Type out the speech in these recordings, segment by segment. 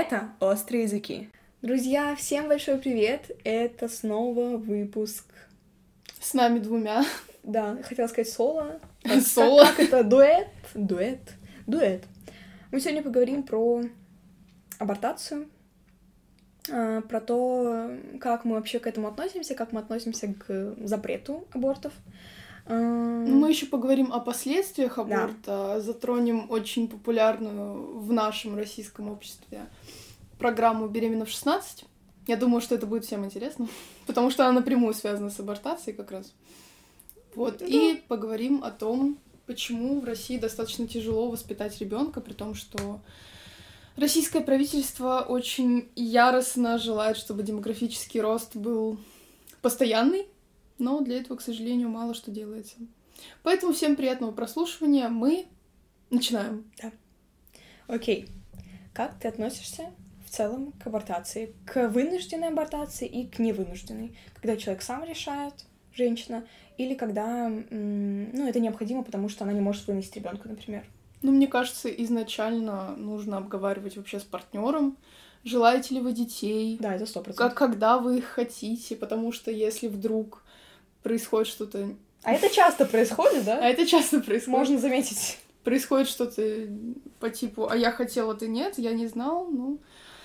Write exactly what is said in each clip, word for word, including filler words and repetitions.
Это «Острые языки». Друзья, всем большой привет! Это снова выпуск. С нами двумя. Да, хотела сказать соло. Соло. Как, как это? Дуэт? Дуэт. Дуэт. Мы сегодня поговорим про абортацию, про то, как мы вообще к этому относимся, как мы относимся к запрету абортов. Мы еще поговорим о последствиях аборта, да. Затронем очень популярную в нашем российском обществе программу «Беременна в шестнадцать». Я думаю, что это будет всем интересно, потому что она напрямую связана с абортацией как раз. Вот, да. И поговорим о том, почему в России достаточно тяжело воспитать ребенка, при том, что российское правительство очень яростно желает, чтобы демографический рост был постоянный, но для этого, к сожалению, мало что делается. Поэтому всем приятного прослушивания. Мы начинаем. Да. Окей. Как ты относишься в целом к абортации? К вынужденной абортации и к невынужденной? Когда человек сам решает, женщина, или когда, ну, это необходимо, потому что она не может выносить ребенка, например? Ну, мне кажется, изначально нужно обговаривать вообще с партнером, желаете ли вы детей. Да, это сто процентов. Как, когда вы их хотите, потому что если вдруг происходит что-то... А это часто происходит, да? А это часто происходит. Можно заметить. Происходит что-то по типу «а я хотела, ты нет», я не знал, ну...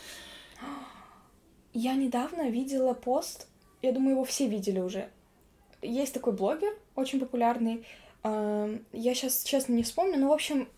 Я недавно видела пост, я думаю, его все видели уже. Есть такой блогер, очень популярный, я сейчас, честно, не вспомню, но, в общем,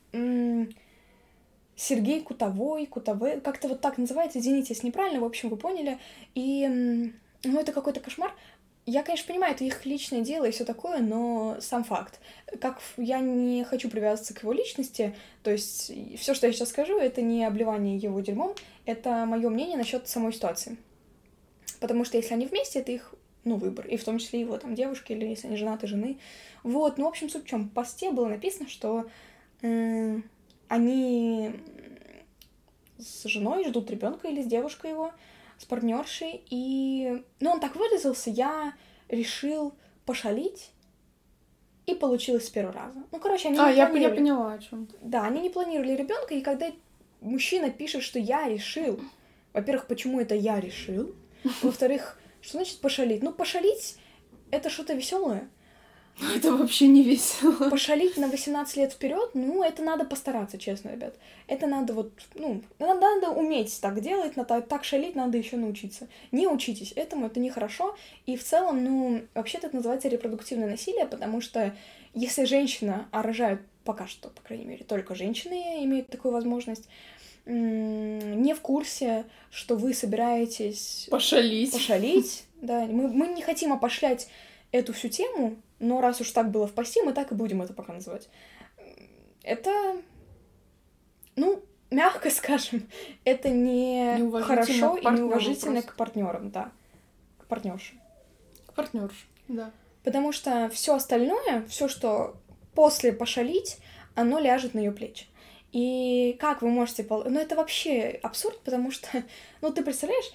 Сергей Кутовой, Кутовой, как-то вот так называется, извините, если неправильно, в общем, вы поняли. И, ну, это какой-то кошмар. Я, конечно, понимаю, это их личное дело и все такое, но сам факт. Как я не хочу привязываться к его личности, то есть все, что я сейчас скажу, это не обливание его дерьмом, это мое мнение насчет самой ситуации. Потому что если они вместе, это их, ну, выбор, и в том числе его там девушки, или если они женаты, жены. Вот, ну, в общем, суть в чем? В посте было написано, что э, они с женой ждут ребенка или с девушкой его, с партнершей, и... Ну, он так выразился, я решил пошалить, и получилось с первого раза. Ну, короче, они а, не я, планировали... я поняла, о чем ты. Да, они не планировали ребенка, и когда мужчина пишет, что я решил, во-первых, почему это я решил, во-вторых, что значит пошалить? Ну, пошалить — это что-то веселое. Это вообще не весело. Пошалить на восемнадцать лет вперед, ну, это надо постараться, честно, ребят. Это надо вот, ну, надо, надо уметь так делать, надо, так шалить надо еще научиться. Не учитесь этому, это нехорошо. И в целом, ну, вообще-то это называется репродуктивное насилие, потому что если женщина, а рожают пока что, по крайней мере, только женщины имеют такую возможность, не в курсе, что вы собираетесь... Пошалить. Пошалить, да. Мы, мы не хотим опошлять эту всю тему, но раз уж так было в посте, мы так и будем это пока называть. Это, ну, мягко скажем, это не хорошо и неуважительно просто к партнерам, да. К партнерше. К партнерше, да. Потому что все остальное, все, что после пошалить, оно ляжет на ее плечи. И как вы можете... Ну, это вообще абсурд, потому что... Ну, ты представляешь,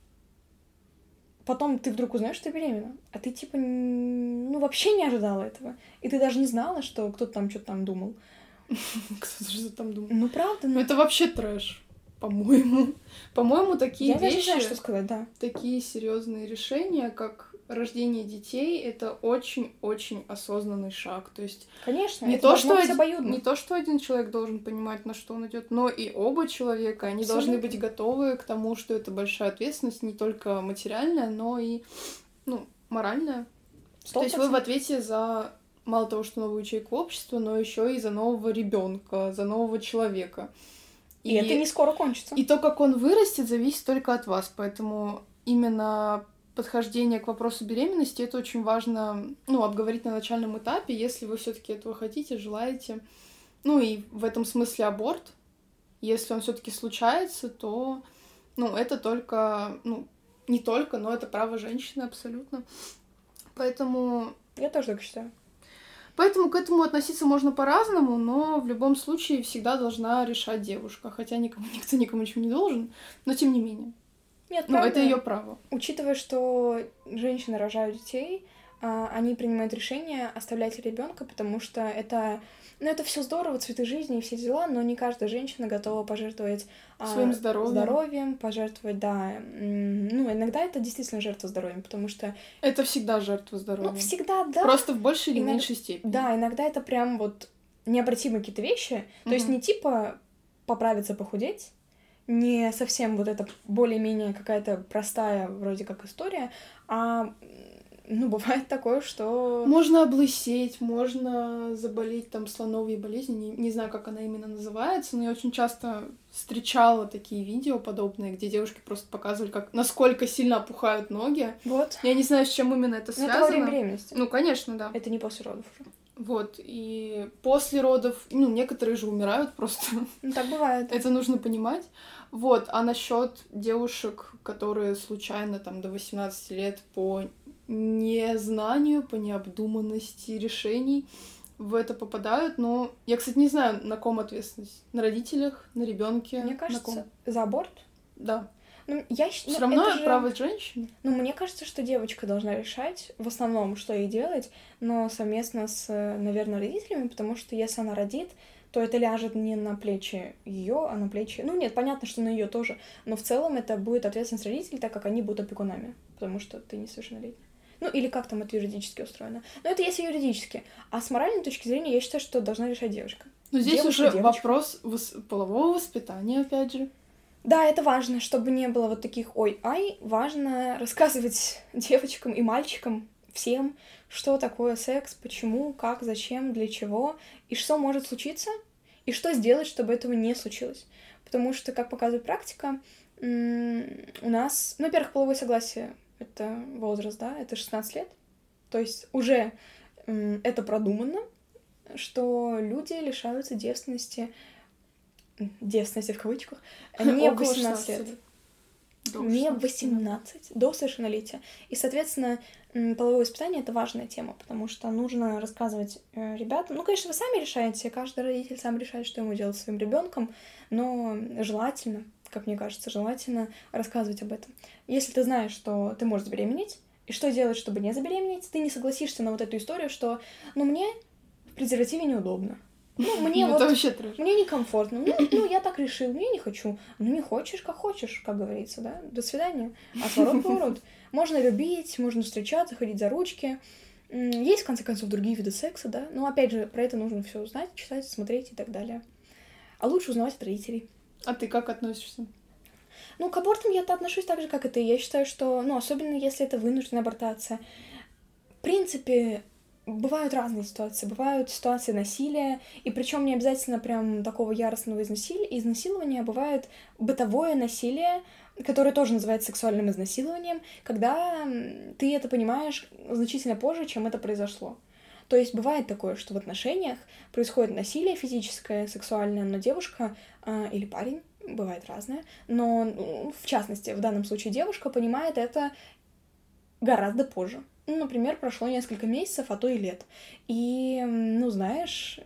потом ты вдруг узнаешь, что ты беременна, а ты, типа, ну, вообще не ожидала этого. И ты даже не знала, что кто-то там что-то там думал. Кто-то что-то там думал. Ну, правда. Ну, это вообще трэш, по-моему. По-моему, такие Я вещи... Я даже знаю, что сказать, да. Такие серьезные решения, как рождение детей, это очень-очень осознанный шаг. То есть... Конечно, не это то, что один, обоюдно. Не то, что один человек должен понимать, на что он идет, но и оба человека, они Абсолютно. Должны быть готовы к тому, что это большая ответственность, не только материальная, но и, ну, моральная. сто процентов. То есть вы в ответе за мало того, что новую ячейку общества, но еще и за нового ребенка, за нового человека. И, и это не скоро кончится. И то, как он вырастет, зависит только от вас. Поэтому именно подхождение к вопросу беременности, это очень важно, ну, обговорить на начальном этапе, если вы все-таки этого хотите, желаете. Ну, и в этом смысле аборт, если он все-таки случается, то, ну, это только, ну, не только, но это право женщины абсолютно. Поэтому... Я тоже так считаю. Поэтому к этому относиться можно по-разному, но в любом случае всегда должна решать девушка, хотя никому, никто никому ничего не должен, но тем не менее. Нет, ну, правда, это ее право. Учитывая, что женщины рожают детей, а, они принимают решение оставлять ребенка, потому что это, ну, это все здорово, цветы жизни и все дела, но не каждая женщина готова пожертвовать а, своим здоровьем. здоровьем, пожертвовать, да, ну, иногда это действительно жертва здоровьем, потому что... Это всегда жертва здоровьем. Ну, всегда, да. Просто в большей или Иногда... меньшей степени. Да, иногда это прям вот необратимые какие-то вещи, то mm-hmm. есть не типа поправиться, похудеть, не совсем вот это более-менее какая-то простая вроде как история, а, ну, бывает такое, что... Можно облысеть, можно заболеть там слоновьей болезнью, не, не знаю, как она именно называется, но я очень часто встречала такие видео подобные, где девушки просто показывали, как, насколько сильно опухают ноги. Вот. Я не знаю, с чем именно это связано. Ну, это во время беременности. Ну, конечно, да. Это не после родов уже. Вот, и после родов, ну, некоторые же умирают просто. Ну, так бывает. Это нужно понимать. Вот, а насчет девушек, которые случайно там до восемнадцати лет по незнанию, по необдуманности решений в это попадают, но я, кстати, не знаю, на ком ответственность. На родителях, на ребенке. Мне кажется, на ком? За аборт? Да. Ну, я... Все ну, равно же... право женщины. Ну, мне кажется, что девочка должна решать в основном, что ей делать, но совместно с, наверное, родителями, потому что если она родит, то это ляжет не на плечи ее, а на плечи... Ну, нет, понятно, что на ее тоже, но в целом это будет ответственность родителей, так как они будут опекунами, потому что ты несовершеннолетняя. Ну, или как там это юридически устроено. Но это если юридически. А с моральной точки зрения я считаю, что должна решать девушка. Но здесь девушка, уже девочка. Вопрос вос... полового воспитания, опять же. Да, это важно, чтобы не было вот таких ой-ай. Важно рассказывать девочкам и мальчикам, всем, что такое секс, почему, как, зачем, для чего, и что может случиться, и что сделать, чтобы этого не случилось. Потому что, как показывает практика, у нас, ну, во-первых, половое согласие — это возраст, да, это шестнадцать лет. То есть уже это продумано, что люди лишаются девственности, девственности в кавычках, не в восемнадцать лет. Не в восемнадцать, до совершеннолетия. И, соответственно, половое воспитание — это важная тема, потому что нужно рассказывать э, ребятам. Ну, конечно, вы сами решаете, каждый родитель сам решает, что ему делать со своим ребенком, но желательно, как мне кажется, желательно рассказывать об этом. Если ты знаешь, что ты можешь забеременеть, и что делать, чтобы не забеременеть, ты не согласишься на вот эту историю, что, ну, мне в презервативе неудобно. Ну, мне ну, вот... вообще трэш. Мне некомфортно. Ну, ну, я так решил, ну, я не хочу. Ну, не хочешь, как хочешь, как говорится, да? До свидания. Отворот поворот. Можно любить, можно встречаться, ходить за ручки. Есть, в конце концов, другие виды секса, да? Но, опять же, про это нужно все знать, читать, смотреть и так далее. А лучше узнавать от родителей. А ты как относишься? Ну, к абортам я-то отношусь так же, как и ты. Я считаю, что, ну, особенно если это вынужденная абортация. В принципе... Бывают разные ситуации, бывают ситуации насилия, и причем не обязательно прям такого яростного изнасилия, изнасилования, бывает бытовое насилие, которое тоже называется сексуальным изнасилованием, когда ты это понимаешь значительно позже, чем это произошло. То есть бывает такое, что в отношениях происходит насилие физическое, сексуальное, но девушка э, или парень, бывает разное, но ну, в частности, в данном случае девушка понимает это гораздо позже. Ну, например, прошло несколько месяцев, а то и лет. И, ну, знаешь,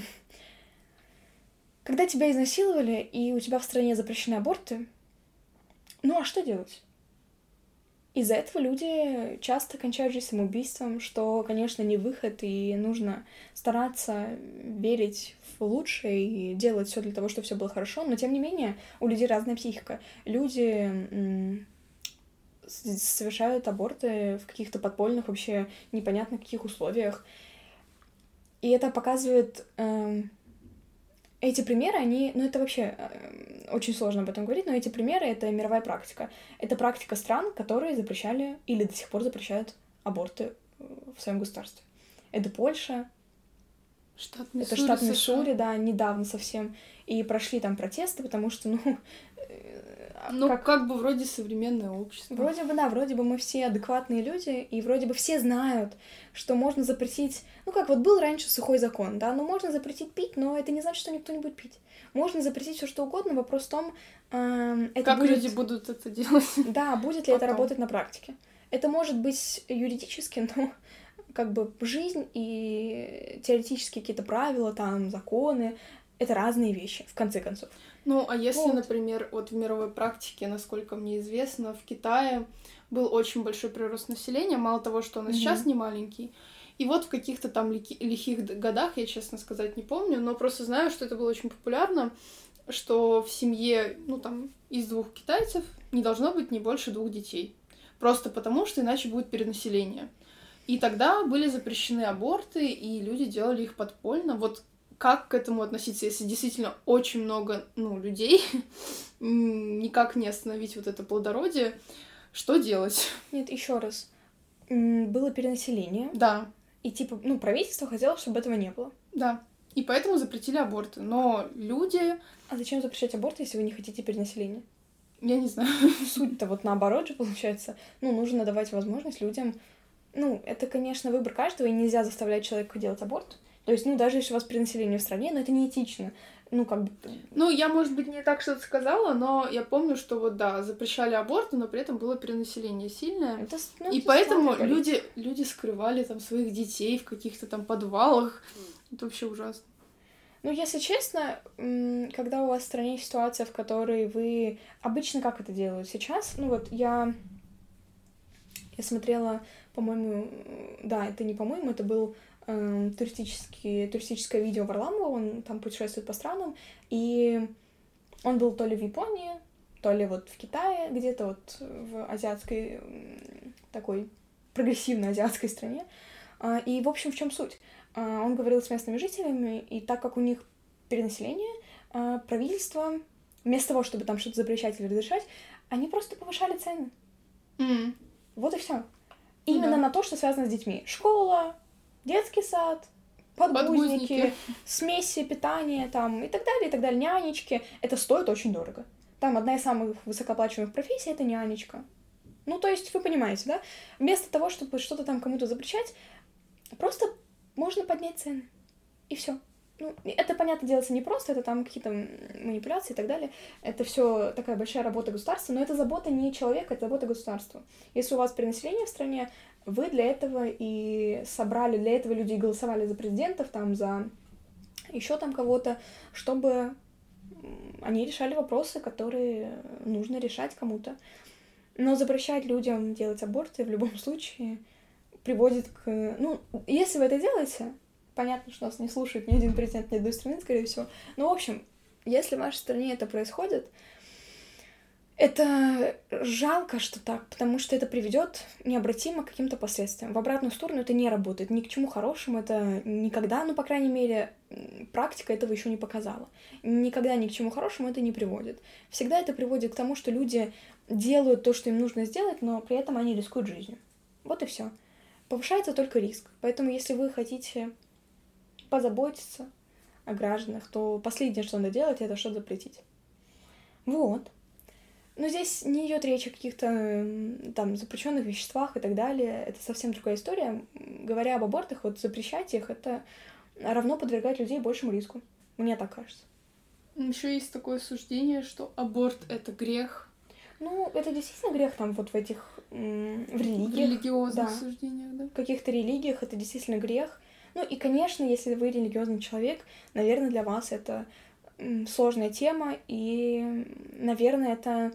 когда тебя изнасиловали, и у тебя в стране запрещены аборты, ну, а что делать? Из-за этого люди часто кончают жизнь самоубийством, что, конечно, не выход, и нужно стараться верить в лучшее и делать все для того, чтобы все было хорошо, но, тем не менее, у людей разная психика. Люди... совершают аборты в каких-то подпольных, вообще непонятно каких условиях. И это показывает... Э, эти примеры, они... Ну, это вообще э, очень сложно об этом говорить, но эти примеры — это мировая практика. Это практика стран, которые запрещали или до сих пор запрещают аборты в своем государстве. Это Польша, штат Миссури, это штат Миссури, да, недавно совсем. И прошли там протесты, потому что, ну... Ну, как... как бы вроде современное общество. Вроде бы, да, вроде бы мы все адекватные люди, и вроде бы все знают, что можно запретить... Ну, как вот был раньше сухой закон, да, ну, можно запретить пить, но это не значит, что никто не будет пить. Можно запретить все что угодно, вопрос в том, э, это как будет... люди будут это делать. Да, будет ли Потом. Это работать на практике. Это может быть юридически, но как бы жизнь и теоретические какие-то правила, там, законы — это разные вещи, в конце концов. Ну, а если, Вот. например, вот в мировой практике, насколько мне известно, в Китае был очень большой прирост населения, мало того, что он и Мгм. сейчас не маленький, и вот в каких-то там лики- лихих д- годах, я, честно сказать, не помню, но просто знаю, что это было очень популярно, что в семье, ну, там, из двух китайцев не должно быть не больше двух детей. Просто потому, что иначе будет перенаселение. И тогда были запрещены аборты, и люди делали их подпольно. Вот как к этому относиться, если действительно очень много, ну, людей, м, никак не остановить вот это плодородие, что делать? Нет, еще раз. М, Было перенаселение, Да, и типа, ну, правительство хотело, чтобы этого не было. да. И поэтому запретили аборты. Но люди, А зачем запрещать аборт, если вы не хотите перенаселения? я не знаю, Суть-то вот наоборот же получается. Ну, нужно давать возможность людям... Ну, это, конечно, выбор каждого, и нельзя заставлять человека делать аборт. То есть, ну, даже если у вас перенаселение в стране, но это неэтично. Ну, как бы... ну, я, может быть, не так что-то сказала, но я помню, что вот, да, запрещали аборты, но при этом было перенаселение сильное. Это, ну, И это поэтому странно, люди, люди скрывали там своих детей в каких-то там подвалах. Это вообще ужасно. Ну, если честно, м, когда у вас в стране ситуация, в которой вы... Обычно как это делают сейчас? Ну, вот я... Я смотрела, по-моему... Да, это не по-моему, это был эм, туристический... туристическое видео Варламова, он там путешествует по странам, и он был то ли в Японии, то ли вот в Китае, где-то вот в азиатской... м, такой прогрессивной азиатской стране. А, И, в общем, в чем суть? А, Он говорил с местными жителями, и так как у них перенаселение, а, правительство, вместо того, чтобы там что-то запрещать или разрешать, они просто повышали цены. М, Вот и все. Ну Именно да. на то, что связано с детьми. Школа, детский сад, подгузники, Подгузники. смеси питания там, и так далее, и так далее. Нянечки. Это стоит очень дорого. Там одна из самых высокооплачиваемых профессий — это нянечка. Ну, то есть, вы понимаете, да? Вместо того, чтобы что-то там кому-то запрещать, просто можно поднять цены. И все. Ну, это, понятно, делается не просто, это там какие-то манипуляции и так далее. Это все такая большая работа государства, но это забота не человека, это забота государства. Если у вас перенаселение в стране, вы для этого и собрали, для этого люди и голосовали за президентов, там, за еще там кого-то, чтобы они решали вопросы, которые нужно решать кому-то. Но запрещать людям делать аборты в любом случае приводит к... Ну, если вы это делаете, понятно, что нас не слушает ни один президент ни одной страны, скорее всего. Но, в общем, если в вашей стране это происходит, это жалко, что так, потому что это приведет необратимо к каким-то последствиям. В обратную сторону это не работает. Ни к чему хорошему это никогда, ну, по крайней мере, практика этого еще не показала. Никогда ни к чему хорошему это не приводит. Всегда это приводит к тому, что люди делают то, что им нужно сделать, но при этом они рискуют жизнью. Вот и все. Повышается только риск. Поэтому, если вы хотите позаботиться о гражданах, то последнее, что надо делать, это что-то запретить. Вот. Но здесь не идет речь о каких-то там запрещенных веществах и так далее. Это совсем другая история. Говоря об абортах, вот запрещать их, это равно подвергать людей большему риску. Мне так кажется. Еще есть такое суждение, что аборт — это грех. Ну, это действительно грех там вот в этих... м, в религиях. В религиозных да. суждениях, да? В каких-то религиях это действительно грех. Ну и, конечно, если вы религиозный человек, наверное, для вас это м, сложная тема, и, наверное, это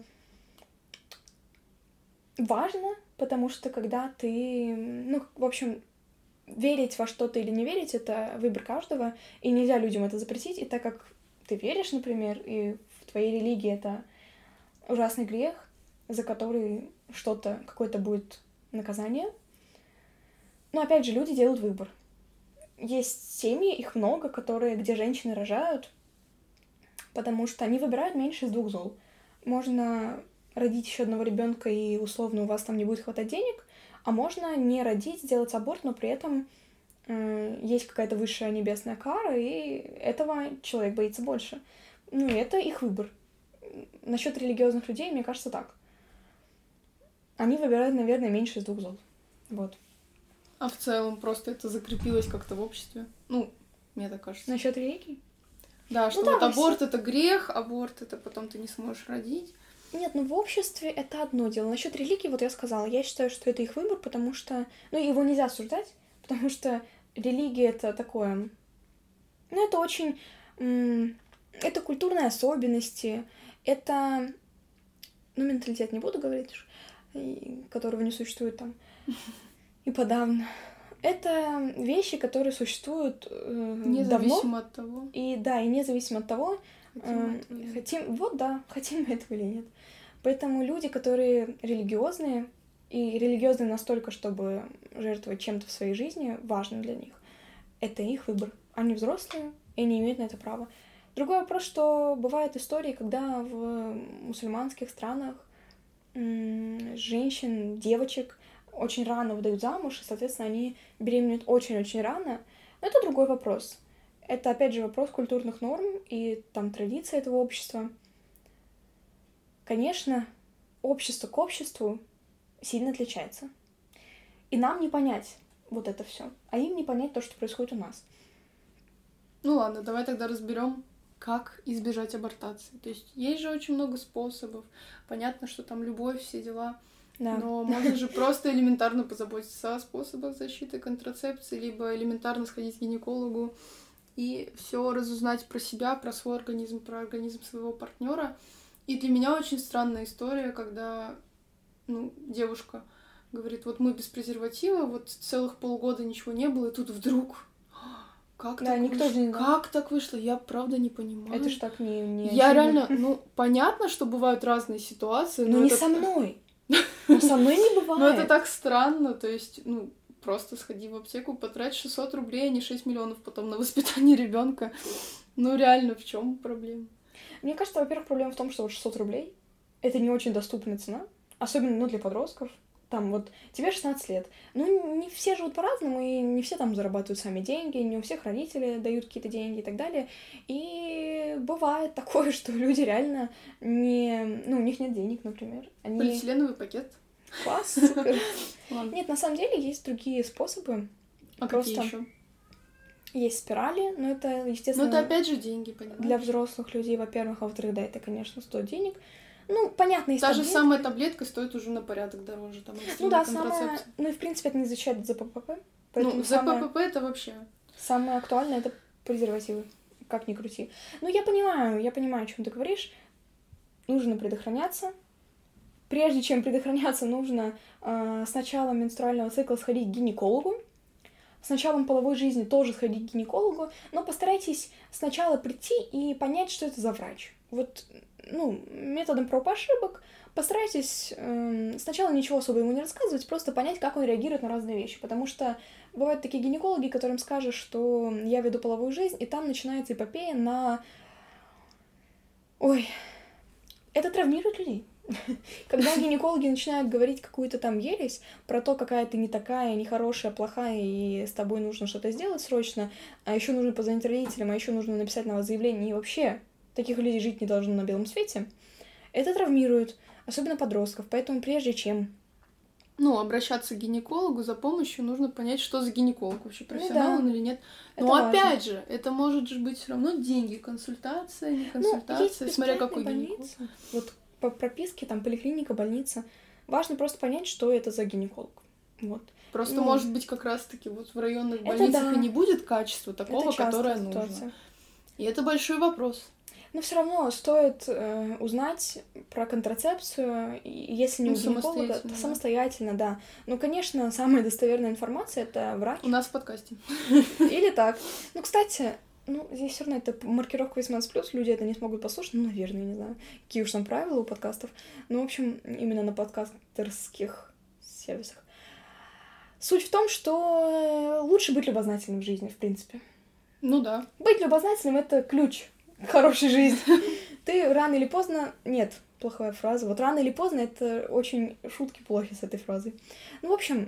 важно, потому что когда ты, ну, в общем, верить во что-то или не верить — это выбор каждого, и нельзя людям это запретить, и так как ты веришь, например, и в твоей религии это ужасный грех, за который что-то, какое-то будет наказание. Но опять же, люди делают выбор. Есть семьи, их много, которые, где женщины рожают, потому что они выбирают меньше из двух зол. Можно родить еще одного ребенка, и условно у вас там не будет хватать денег, а можно не родить, сделать аборт, но при этом э, есть какая-то высшая небесная кара, и этого человек боится больше. Ну, и это их выбор. Насчет религиозных людей, мне кажется, так. Они выбирают, наверное, меньше из двух зол. Вот. А в целом просто это закрепилось как-то в обществе? Ну, мне так кажется. Насчет религий? Да, что Ну, вот да, аборт все... это грех, аборт это потом ты не сможешь родить. Нет, ну в обществе это одно дело. Насчет религии, вот я сказала, я считаю, что это их выбор, потому что... Ну, его нельзя осуждать, потому что религия — это такое... Ну, это очень... М- это культурные особенности, это, ну, менталитет не буду говорить, которого не существует там и подавно. Это вещи, которые существуют э, независимо давно. от того. И да, и независимо от того, хотим, э, хотим, вот да, хотим мы этого или нет. Поэтому люди, которые религиозные, и религиозные настолько, чтобы жертвовать чем-то в своей жизни, важно для них. Это их выбор. Они взрослые, и они имеют на это право. Другой вопрос, что бывают истории, когда в мусульманских странах м- женщин, девочек очень рано выдают замуж, и, соответственно, они беременеют очень-очень рано. Но это другой вопрос. Это, опять же, вопрос культурных норм и там традиций этого общества. Конечно, общество к обществу сильно отличается. И нам не понять вот это все, а им не понять то, что происходит у нас. Ну ладно, давай тогда разберем, как избежать абортации. То есть есть же очень много способов. Понятно, что там любовь, все дела. Да. Но можно же просто элементарно позаботиться о способах защиты контрацепции, либо элементарно сходить к гинекологу и все разузнать про себя, про свой организм, про организм своего партнера. И для меня очень странная история, когда ну, девушка говорит, вот мы без презерватива, вот целых полгода ничего не было, и тут вдруг... Как, да, так никто вышло? же не Как так вышло? Я правда не понимаю. Это ж так не... не Я реально... Ну, понятно, что бывают разные ситуации, но... Но не это... со мной. Но со мной не бывает. Ну, это так странно, то есть, ну, просто сходи в аптеку, потрать шестьсот рублей, а не шесть миллионов потом на воспитание ребенка. Ну, реально, в чем проблема? Мне кажется, во-первых, проблема в том, что вот шестьсот рублей — это не очень доступная цена, особенно, ну, для подростков. Там вот тебе шестнадцать лет. Ну, не все живут по-разному, и не все там зарабатывают сами деньги, не у всех родители дают какие-то деньги и так далее. И бывает такое, что люди реально не... Ну, у них нет денег, например. Они... Полиэтиленовый пакет. Класс, супер. Нет, на самом деле есть другие способы. А какие еще? Есть спирали, но это, естественно... Но это опять же деньги, понимаешь? Для взрослых людей, во-первых, а во-вторых, да, это, конечно, стоит денег. Ну, понятно, есть Та таблетки. же самая таблетка стоит уже на порядок дороже. Там, ну да, самая... Ну и, в принципе, это не защищает ЗППП. Ну, самое... ЗППП это вообще... Самое актуальное — это презервативы. Как ни крути. Ну, я понимаю, я понимаю, о чем ты говоришь. Нужно предохраняться. Прежде чем предохраняться, нужно э, с началом менструального цикла сходить к гинекологу. С началом половой жизни тоже сходить к гинекологу. Но постарайтесь сначала прийти и понять, что это за врач. Вот... Ну, методом проб и ошибок постарайтесь э, сначала ничего особо ему не рассказывать, просто понять, как он реагирует на разные вещи. Потому что бывают такие гинекологи, которым скажешь, что я веду половую жизнь, и там начинается эпопея на... Ой, это травмирует людей. Когда гинекологи начинают говорить какую-то там ересь про то, какая ты не такая, нехорошая, плохая, и с тобой нужно что-то сделать срочно, а еще нужно позвонить родителям, а еще нужно написать на вас заявление, и вообще... Таких людей жить не должно на белом свете. Это травмирует, особенно подростков. Поэтому прежде чем... Ну, обращаться к гинекологу за помощью, нужно понять, что за гинеколог вообще, профессионал ну, да. он или нет. Но это опять важно. Же, это может же быть все равно деньги. Консультация, не консультация, ну, смотря какой больницы. Гинеколог. Вот по прописке, там, поликлиника, больница. Важно просто понять, что это за гинеколог. Вот. Просто, ну, может быть, как раз-таки вот в районных больницах да. и не будет качества такого, которое нужно. Ситуация. И это большой вопрос. Но все равно стоит э, узнать про контрацепцию, если не ну, у гинеколога, то самостоятельно, да. Ну, конечно, самая достоверная информация — это врач. У нас в подкасте. Или так. Ну, кстати, ну, здесь все равно это маркировка восемнадцать плюс, люди это не смогут послушать, ну, наверное, не знаю, какие уж там правила у подкастов. Ну, в общем, именно на подкастерских сервисах. Суть в том, что лучше быть любознательным в жизни, в принципе. Ну да. Быть любознательным — это ключ хорошей жизни. Ты рано или поздно... Нет, плохая фраза. Вот рано или поздно — это очень шутки плохи с этой фразой. Ну, в общем,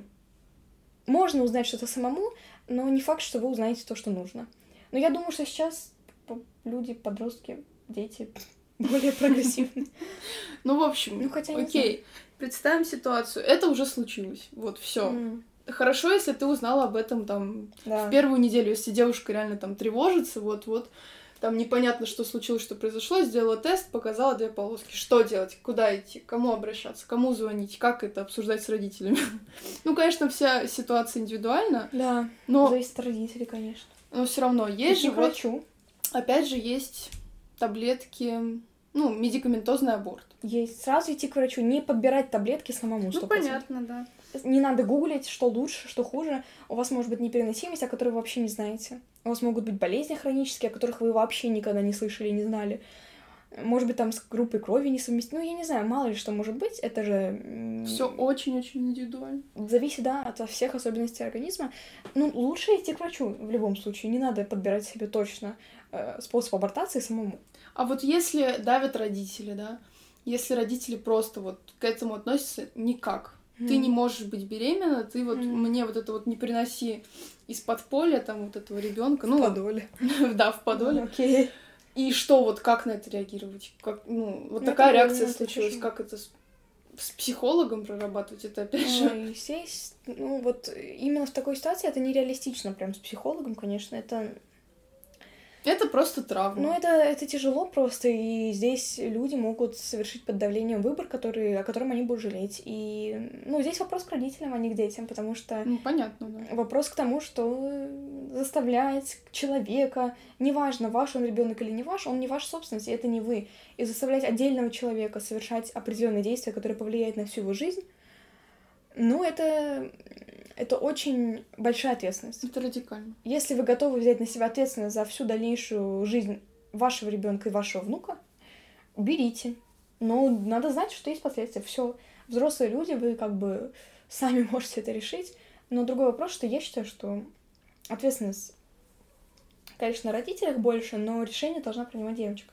можно узнать что-то самому, но не факт, что вы узнаете то, что нужно. Но я думаю, что сейчас люди, подростки, дети более прогрессивны. Ну, в общем, ну, хотя окей, представим ситуацию. Это уже случилось. Вот, все. Хорошо, если ты узнала об этом там в первую неделю, если девушка реально там тревожится, вот-вот, там непонятно, что случилось, что произошло, сделала тест, показала две полоски. Что делать? Куда идти? Кому обращаться? Кому звонить? Как это обсуждать с родителями? Ну, конечно, вся ситуация индивидуальна. Да, но... зависит от родителей, конечно. Но все равно есть же... к врачу. Опять же, есть таблетки, ну, медикаментозный аборт. Есть. Сразу идти к врачу, не подбирать таблетки самому. Ну, понятно, да. Не надо гуглить, что лучше, что хуже. У вас может быть непереносимость, о которой вы вообще не знаете. У вас могут быть болезни хронические, о которых вы вообще никогда не слышали, не знали. Может быть, там с группой крови несовместимы. Ну, я не знаю, мало ли что может быть. Это же... Все очень-очень индивидуально. Зависит, да, от всех особенностей организма. Ну, лучше идти к врачу в любом случае. Не надо подбирать себе точно э, способ абортации самому. А вот если давят родители, да, если родители просто вот к этому относятся никак, mm. ты не можешь быть беременна, ты вот mm. мне вот это вот не приноси из-под поля там вот этого ребенка, ну, в подоле. Да, в подоле. Окей. И что, вот как на это реагировать? Как, ну, вот ну, такая реакция случилась, это как это с, с психологом прорабатывать, это опять ну, же... Здесь, ну, вот именно в такой ситуации это нереалистично прям с психологом, конечно, это... Это просто травма. Ну, это, это тяжело просто, и здесь люди могут совершить под давлением выбор, который, о котором они будут жалеть. И, ну, здесь вопрос к родителям, а не к детям, потому что... Ну, понятно, да. Вопрос к тому, что заставлять человека, неважно, ваш он ребенок или не ваш, он не ваша собственность, и это не вы. И заставлять отдельного человека совершать определенные действия, которые повлияют на всю его жизнь, ну, это... Это очень большая ответственность. Это радикально. Если вы готовы взять на себя ответственность за всю дальнейшую жизнь вашего ребенка и вашего внука, берите. Но надо знать, что есть последствия. Все, взрослые люди, вы как бы сами можете это решить. Но другой вопрос, что я считаю, что ответственность, конечно, на родителях больше, но решение должна принимать девочка.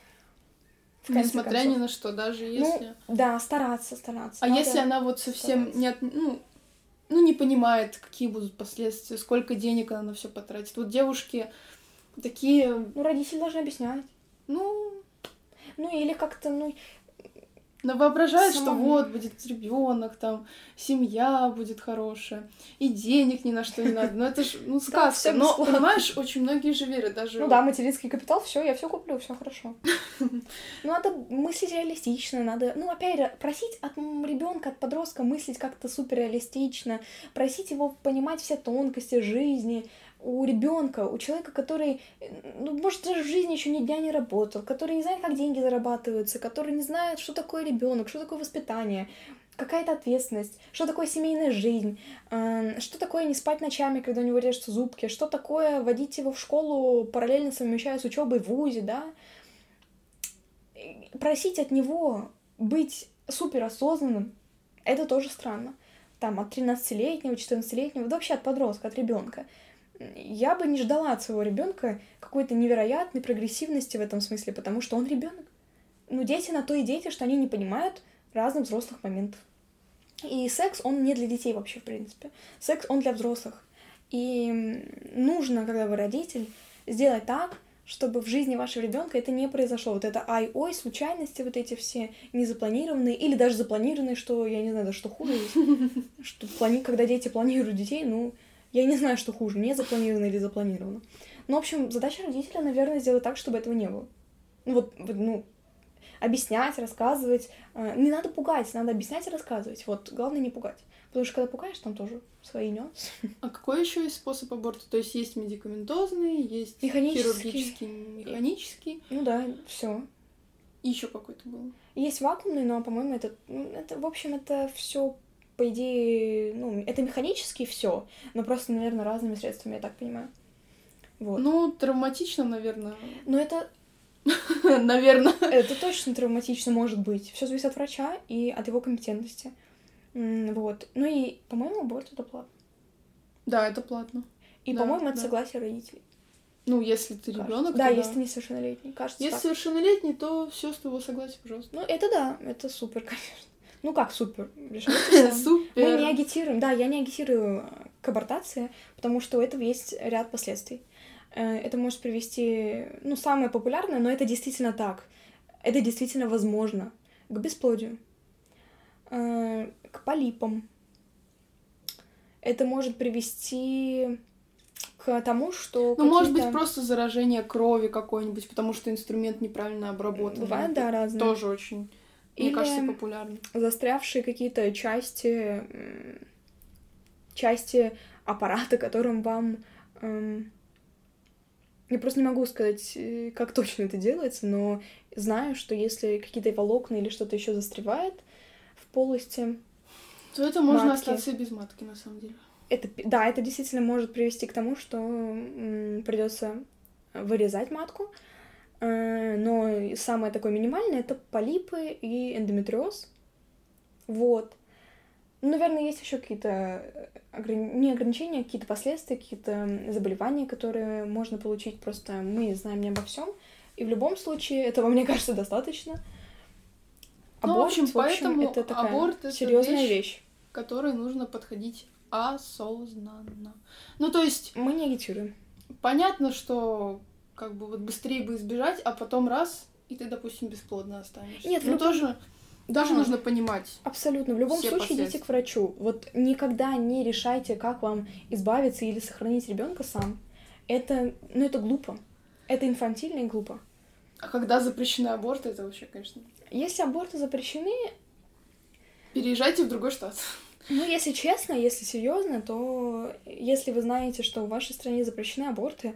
Несмотря концов. Ни на что, даже если... Ну, да, стараться, стараться. А если она вот совсем не от... ну, ну, не понимает, какие будут последствия, сколько денег она на все потратит. Вот девушки такие... Ну, родители должны объяснять. Ну... Ну, или как-то, ну... Но воображает, Сама... что вот будет ребенок, там, семья будет хорошая, и денег ни на что не надо. Ну, это ж, ну, сказка. Но, понимаешь, очень многие же верят даже... Ну да, материнский капитал, все, я все куплю, все хорошо. Ну, надо мыслить реалистично, надо... Ну, опять же, просить от ребенка, от подростка мыслить как-то супер реалистично, просить его понимать все тонкости жизни. У ребенка, у человека, который, ну, может, даже в жизни еще ни дня не работал, который не знает, как деньги зарабатываются, который не знает, что такое ребенок, что такое воспитание, какая-то ответственность, что такое семейная жизнь, э, что такое не спать ночами, когда у него режутся зубки, что такое водить его в школу, параллельно совмещая с учебой в вузе, да. Просить от него быть суперосознанным, это тоже странно. Там, от тринадцатилетнего, четырнадцатилетнего, да вообще от подростка, от ребенка. Я бы не ждала от своего ребенка какой-то невероятной прогрессивности в этом смысле, потому что он ребенок. Ну, дети на то и дети, что они не понимают разных взрослых моментов. И секс, он не для детей вообще, в принципе. Секс, он для взрослых. И нужно, когда вы родитель, сделать так, чтобы в жизни вашего ребенка это не произошло. Вот это ай-ой, случайности вот эти все незапланированные, или даже запланированные, что, я не знаю, даже что хуже есть. Что плани... Когда дети планируют детей, ну... Я не знаю, что хуже, не запланировано или запланировано. Ну, в общем, задача родителя, наверное, сделать так, чтобы этого не было. Ну, вот, ну, объяснять, рассказывать. Не надо пугать, надо объяснять и рассказывать. Вот, главное не пугать. Потому что, когда пугаешь, там тоже свои нюансы. А какой еще есть способ аборта? То есть есть медикаментозный, есть хирургический, механический? Ну да, все. И еще какой-то был. Есть вакуумный, но, по-моему, это, это в общем, это все по идее, ну, это механически все, но просто, наверное, разными средствами, я так понимаю. Вот. Ну, травматично, наверное. Но это... Наверное. Это точно травматично может быть. Все зависит от врача и от его компетентности. Вот. Ну и, по-моему, аборт это платно. Да, это платно. И, по-моему, это согласие родителей. Ну, если ты ребенок, да, если ты несовершеннолетний, кажется. Если совершеннолетний, то все с твоего согласия, пожалуйста. Ну, это да, это супер, конечно. Ну как супер? Супер. Мы не агитируем. Да, я не агитирую к абортации, потому что у этого есть ряд последствий. Это может привести, ну, самое популярное, но это действительно так. Это действительно возможно. К бесплодию. К полипам. Это может привести к тому, что... Ну, может быть, просто заражение крови какое-нибудь, потому что инструмент неправильно обработан. Бывает, да, разные. Тоже очень... Мне Или кажется, популярно. Застрявшие какие-то части, части аппарата, которым вам, эм, Я просто не могу сказать, как точно это делается, но знаю, что если какие-то волокна или что-то еще застревает в полости, то это можно матки, остаться и без матки, на самом деле. Это, да, это действительно может привести к тому, что придется вырезать матку. Но самое такое минимальное — это полипы и эндометриоз. Вот. Ну, наверное, есть еще какие-то ограни... не ограничения, а какие-то последствия, какие-то заболевания, которые можно получить. Просто мы знаем не обо всем. И в любом случае этого, мне кажется, достаточно. Ну, аборт, в общем, поэтому в общем, это такая аборт — это серьезная вещь, вещь, к которой нужно подходить осознанно. Ну, то есть... Мы не агитируем. Понятно, что как бы вот быстрее бы избежать, а потом раз, и ты, допустим, бесплодно останешься. Нет, но любом... тоже... Да. Тоже нужно понимать. Абсолютно. В любом случае идите к врачу. Вот никогда не решайте, как вам избавиться или сохранить ребенка сам. Это, ну, это глупо. Это инфантильно и глупо. А когда запрещены аборты, это вообще, конечно... Если аборты запрещены... Переезжайте в другой штат. Ну, если честно, если серьезно, то если вы знаете, что в вашей стране запрещены аборты,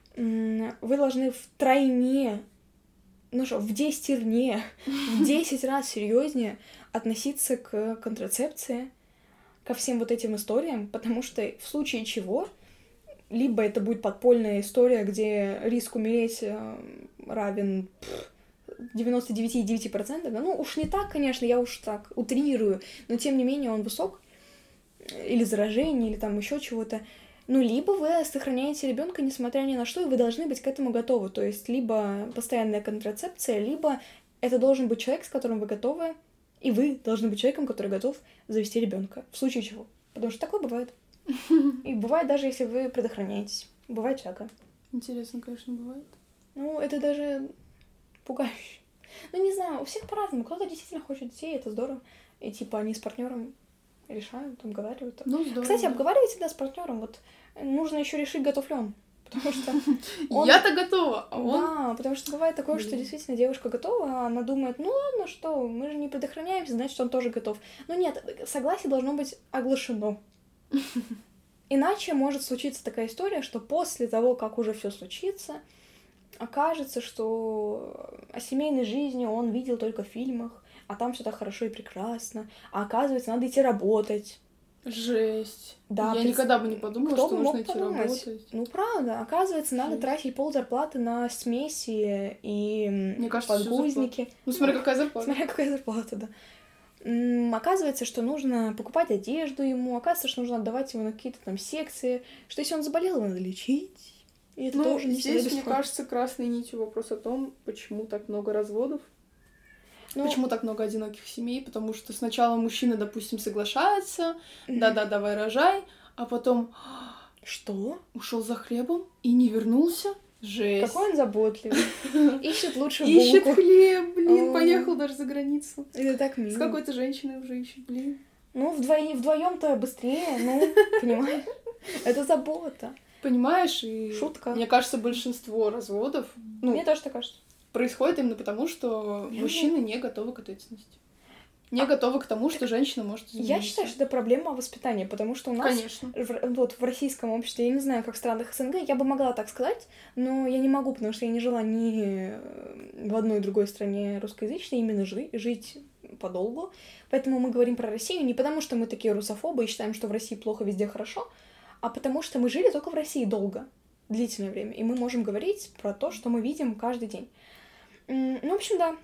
вы должны втройне, ну что, в десятерне, в десять раз серьезнее относиться к контрацепции, ко всем вот этим историям, потому что в случае чего, либо это будет подпольная история, где риск умереть равен девяносто девять целых девять десятых процента, ну уж не так, конечно, я уж так утрирую, но тем не менее он высок, или заражение, или там еще чего-то. Ну, либо вы сохраняете ребенка, несмотря ни на что, и вы должны быть к этому готовы. То есть, либо постоянная контрацепция, либо это должен быть человек, с которым вы готовы, и вы должны быть человеком, который готов завести ребенка. В случае чего. Потому что такое бывает. И бывает даже, если вы предохраняетесь. Бывает всякое. Интересно, конечно, бывает. Ну, это даже пугающе. Ну, не знаю, у всех по-разному. Кто-то действительно хочет детей, это здорово. И типа они с партнером решают, обговаривают. Ну, здорово. Кстати, обговаривайте всегда с партнером. Вот нужно еще решить, готов ли он. Потому что он... Я-то готова, а он... Да, потому что бывает такое, Блин. что действительно девушка готова, а она думает, ну ладно, что, мы же не предохраняемся, значит, он тоже готов. Но нет, согласие должно быть оглашено. Иначе может случиться такая история, что после того, как уже все случится, окажется, что о семейной жизни он видел только в фильмах, а там все так хорошо и прекрасно, а оказывается, надо идти работать. Жесть. Да, я пред... никогда бы не подумала, Кто что бы нужно мог идти подумать? работать. Ну, правда. Оказывается, Жесть. Надо тратить пол зарплаты на смеси и Мне кажется, подгузники. Ну, смотря какая зарплата. Смотря какая зарплата, да. М- оказывается, что нужно покупать одежду ему, оказывается, что нужно отдавать его на какие-то там секции, что если он заболел, его надо лечить. И это ну, тоже не здесь, мне кажется, красной нитью вопрос о том, почему так много разводов. Ну, почему так много одиноких семей? Потому что сначала мужчина, допустим, соглашается, mm-hmm. да-да, давай рожай, а потом что? Ушел за хлебом и не вернулся? Жесть. Какой он заботливый. Ищет лучше булку. Ищет хлеб, блин, поехал даже за границу. Это так мило. С какой-то женщиной уже ищет, блин. Ну, вдвоем-то быстрее, ну, понимаешь? Это забота. Понимаешь, и... Шутка. Мне кажется, большинство разводов... Ну, мне тоже так кажется. Происходит именно потому, что мужчины не готовы к ответственности. Не а... готовы к тому, что женщина может измениться. Я считаю, что это проблема воспитания, потому что у нас... Конечно. В, вот в российском обществе, я не знаю, как в странах СНГ, я бы могла так сказать, но я не могу, потому что я не жила ни в одной другой стране русскоязычной, именно жи- жить подолгу. Поэтому мы говорим про Россию не потому, что мы такие русофобы и считаем, что в России плохо, везде хорошо, а потому что мы жили только в России долго, длительное время, и мы можем говорить про то, что мы видим каждый день. Ну, в общем, да.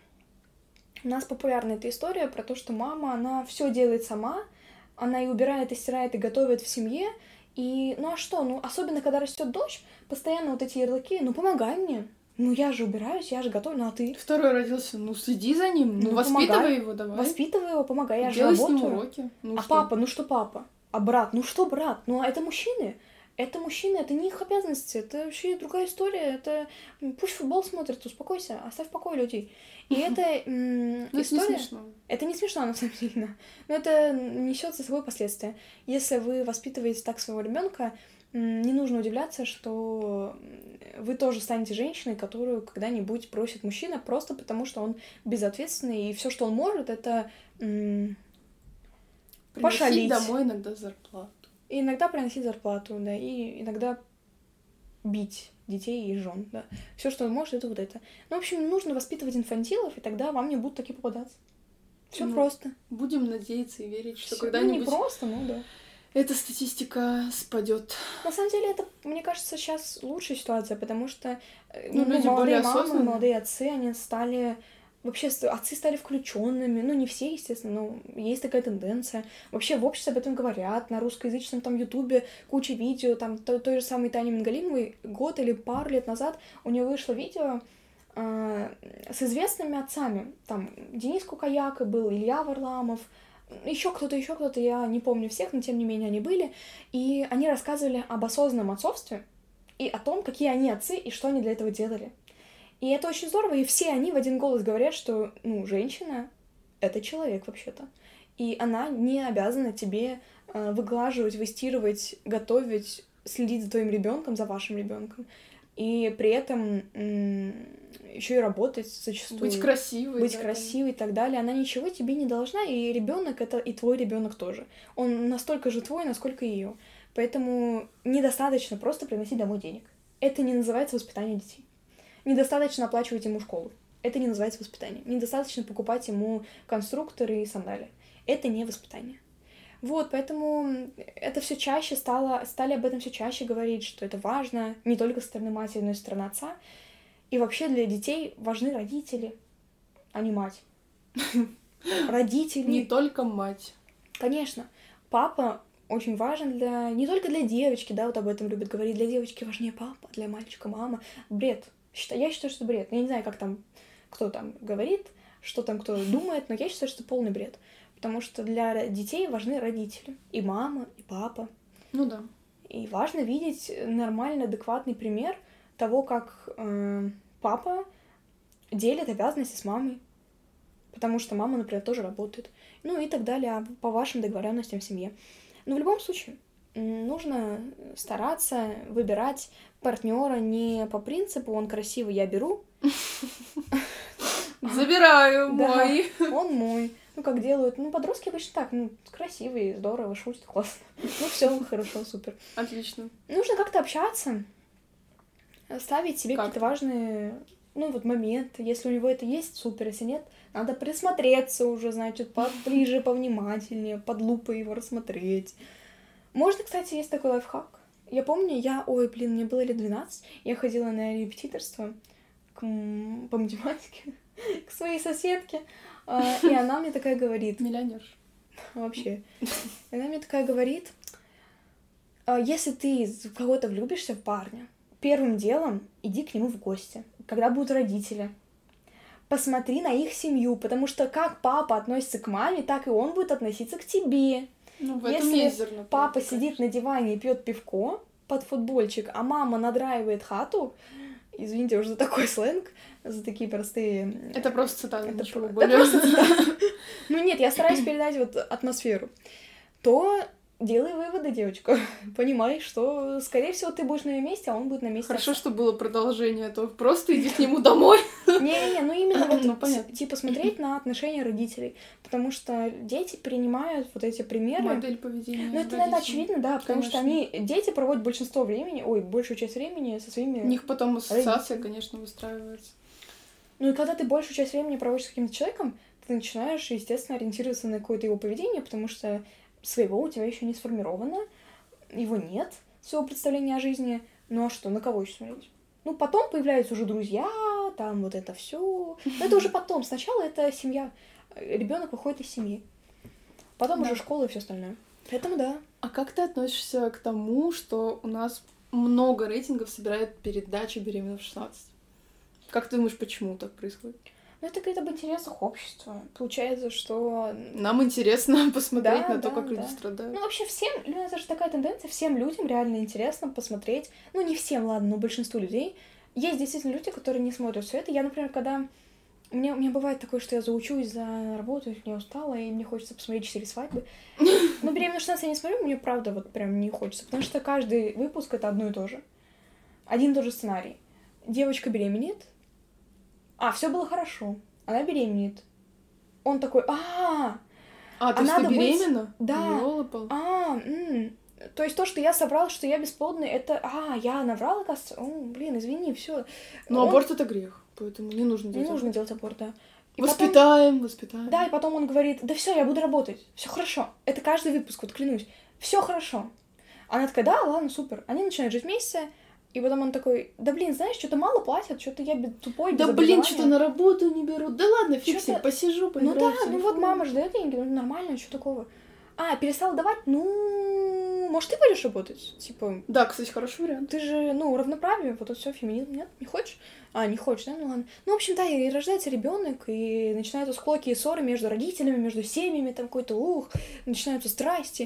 У нас популярна эта история про то, что мама, она все делает сама, она и убирает, и стирает, и готовит в семье. И, ну а что, ну, особенно когда растет дочь, постоянно вот эти ярлыки, ну, помогай мне. Ну, я же убираюсь, я же готовлю, ну, а ты? Второй родился, ну, следи за ним, ну, ну воспитывай помогай. Его давай. Воспитывай его, помогай, я Делай же работаю. С ним уроки. Ну, а что? Папа, ну что папа? А брат, ну что брат? Ну, а это мужчины. Это мужчины, это не их обязанности, это вообще другая история, это пусть футбол смотрит, успокойся, оставь в покое людей. И это м- история... Это не смешно. Это не смешно, на самом деле, но это несет за собой последствия. Если вы воспитываете так своего ребенка, не нужно удивляться, что вы тоже станете женщиной, которую когда-нибудь бросит мужчина, просто потому что он безответственный, и все, что он может, это м- пошалить. Приносить домой иногда зарплату. И иногда приносить зарплату, да, и иногда бить детей и жен, да. Все, что он может, это вот это. Ну, в общем, нужно воспитывать инфантилов, и тогда вам не будут такие попадаться. Все ну, просто. Будем надеяться и верить, что Всё, когда-нибудь... Ну, не просто, ну да. Эта статистика спадет. На самом деле, это, мне кажется, сейчас лучшая ситуация, потому что ну, ну, люди молодые более мамы, осознанные. молодые отцы, они стали... Вообще, отцы стали включенными, ну, не все, естественно, но есть такая тенденция. Вообще в обществе об этом говорят, на русскоязычном там ютубе куча видео, там той, той же самой Тани Мингалимовой год или пару лет назад у нее вышло видео э, с известными отцами. Там Денис Кукаяка был, Илья Варламов, еще кто-то, еще кто-то, я не помню всех, но тем не менее они были. И они рассказывали об осознанном отцовстве и о том, какие они отцы и что они для этого делали. И это очень здорово, и все они в один голос говорят, что, ну, женщина — это человек вообще-то. И она не обязана тебе э, выглаживать, выстирывать, готовить, следить за твоим ребенком, за вашим ребенком. И при этом м- еще и работать зачастую. Быть красивой. Быть да, красивой и так далее. Она ничего тебе не должна, и ребенок это и твой ребенок тоже. Он настолько же твой, насколько и ее. Поэтому недостаточно просто приносить домой денег. Это не называется воспитание детей. Недостаточно оплачивать ему школу. Это не называется воспитанием. Недостаточно покупать ему конструкторы и сандали. Это не воспитание. Вот, поэтому это все чаще стало, стали об этом все чаще говорить, что это важно не только со стороны матери, но и со стороны отца. И вообще для детей важны родители, а не мать. Родители. Не только мать. Конечно. Папа очень важен для... Не только для девочки, да, вот об этом любят говорить. Для девочки важнее папа, для мальчика мама. Бред. Я считаю, что это бред. Я не знаю, как там, кто там говорит, что там кто думает, но я считаю, что это полный бред. Потому что для детей важны родители. И мама, и папа. Ну да. И важно видеть нормальный, адекватный пример того, как э, папа делит обязанности с мамой. Потому что мама, например, тоже работает. Ну и так далее, по вашим договоренностям в семье. Но в любом случае, нужно стараться выбирать партнера не по принципу «он красивый, я беру». Забираю мой. Он мой. Ну, как делают. Ну, подростки обычно так. Ну, красивый, здорово, шутит, классно. Ну, все хорошо, супер. Отлично. Нужно как-то общаться, ставить себе какие-то важные, ну, вот моменты. Если у него это есть, супер. Если нет, надо присмотреться уже, значит, поближе, повнимательнее, под лупой его рассмотреть. Можно, кстати, есть такой лайфхак. Я помню, я, ой, блин, мне было лет двенадцать, я ходила на репетиторство к, по математике к своей соседке, и она мне такая говорит... Миллионерша. Вообще. И она мне такая говорит, если ты в кого-то влюбишься, в парня, первым делом иди к нему в гости, когда будут родители. Посмотри на их семью, потому что как папа относится к маме, так и он будет относиться к тебе. Ну, в этом Если есть зерно, папа конечно. сидит на диване и пьет пивко под футбольчик, а мама надраивает хату, извините уже за такой сленг, за такие простые... Это просто цитата, это ничего про... более. Это просто... Ну нет, я стараюсь передать вот атмосферу. То делай выводы, девочка. Понимай, что, скорее всего, ты будешь на ее месте, а он будет на месте. Хорошо, отца. Что было продолжение, а то просто иди к нему домой. Не-не-не, ну именно вот, ну, понятно. Типа, смотреть на отношения родителей, потому что дети принимают вот эти примеры. Модель поведения. Ну, это, наверное, очевидно, да, потому конечно. Что они, дети проводят большинство времени, ой, большую часть времени со своими... У них потом ассоциация, конечно, выстраивается. Ну, и когда ты большую часть времени проводишь с каким-то человеком, ты начинаешь, естественно, ориентироваться на какое-то его поведение, потому что своего у тебя еще не сформировано, его нет, своего представления о жизни. Ну а что, на кого еще смотреть? Ну, потом появляются уже друзья, там вот это все. Но это уже потом. Сначала это семья. Ребенок выходит из семьи. Потом да. уже школа и все остальное. Поэтому да. А как ты относишься к тому, что у нас много рейтингов собирает передача «Беременна в шестнадцать»? Как ты думаешь, почему так происходит? Ну, это говорит об интересах общества. Получается, что... Нам интересно посмотреть да, на то, да, как да. люди страдают. Ну, вообще всем, это же такая тенденция, всем людям реально интересно посмотреть. Ну, не всем, ладно, но большинству людей. Есть действительно люди, которые не смотрят все это. Я, например, когда... Мне, у меня бывает такое, что я заучусь за работу, я устала, и мне хочется посмотреть четыре свадьбы. Но «Беременна в шестнадцать» я не смотрю, мне правда вот прям не хочется. Потому что каждый выпуск — это одно и то же. Один и тот же сценарий. Девочка беременеет. А, все было хорошо. Она беременеет. Он такой, а А, то есть ты беременна? Да. Ёлопал. А, м-м. То есть то, что я соврал, что я бесплодный, это... А, я наврал, оказывается? О, блин, извини, все. Но он... аборт — это грех, поэтому не нужно делать Не нужно делать аборт, да. И воспитаем, потом... воспитаем. Да, и потом он говорит, да все, я буду работать, все хорошо. Это каждый выпуск, вот клянусь. Все хорошо. Она такая, да, ладно, супер. Они начинают жить вместе, и потом он такой, да блин, знаешь, что-то мало платят, что-то я тупой, без Да блин, что-то на работу не берут. Да ладно, фиг себе, посижу, поиграю. Ну да, ну вот мама же дает деньги, ну нормально, что такого. А, перестала давать, ну, может, ты пойдешь работать? Типа... Да, кстати, хороший вариант. Ты же, ну, равноправие, вот это все феминизм, нет? Не хочешь? А, не хочешь, да? Ну ладно. Ну, в общем, да, и рождается ребенок, и начинаются склоки и ссоры между родителями, между семьями, там какой-то ух, начинаются страсти,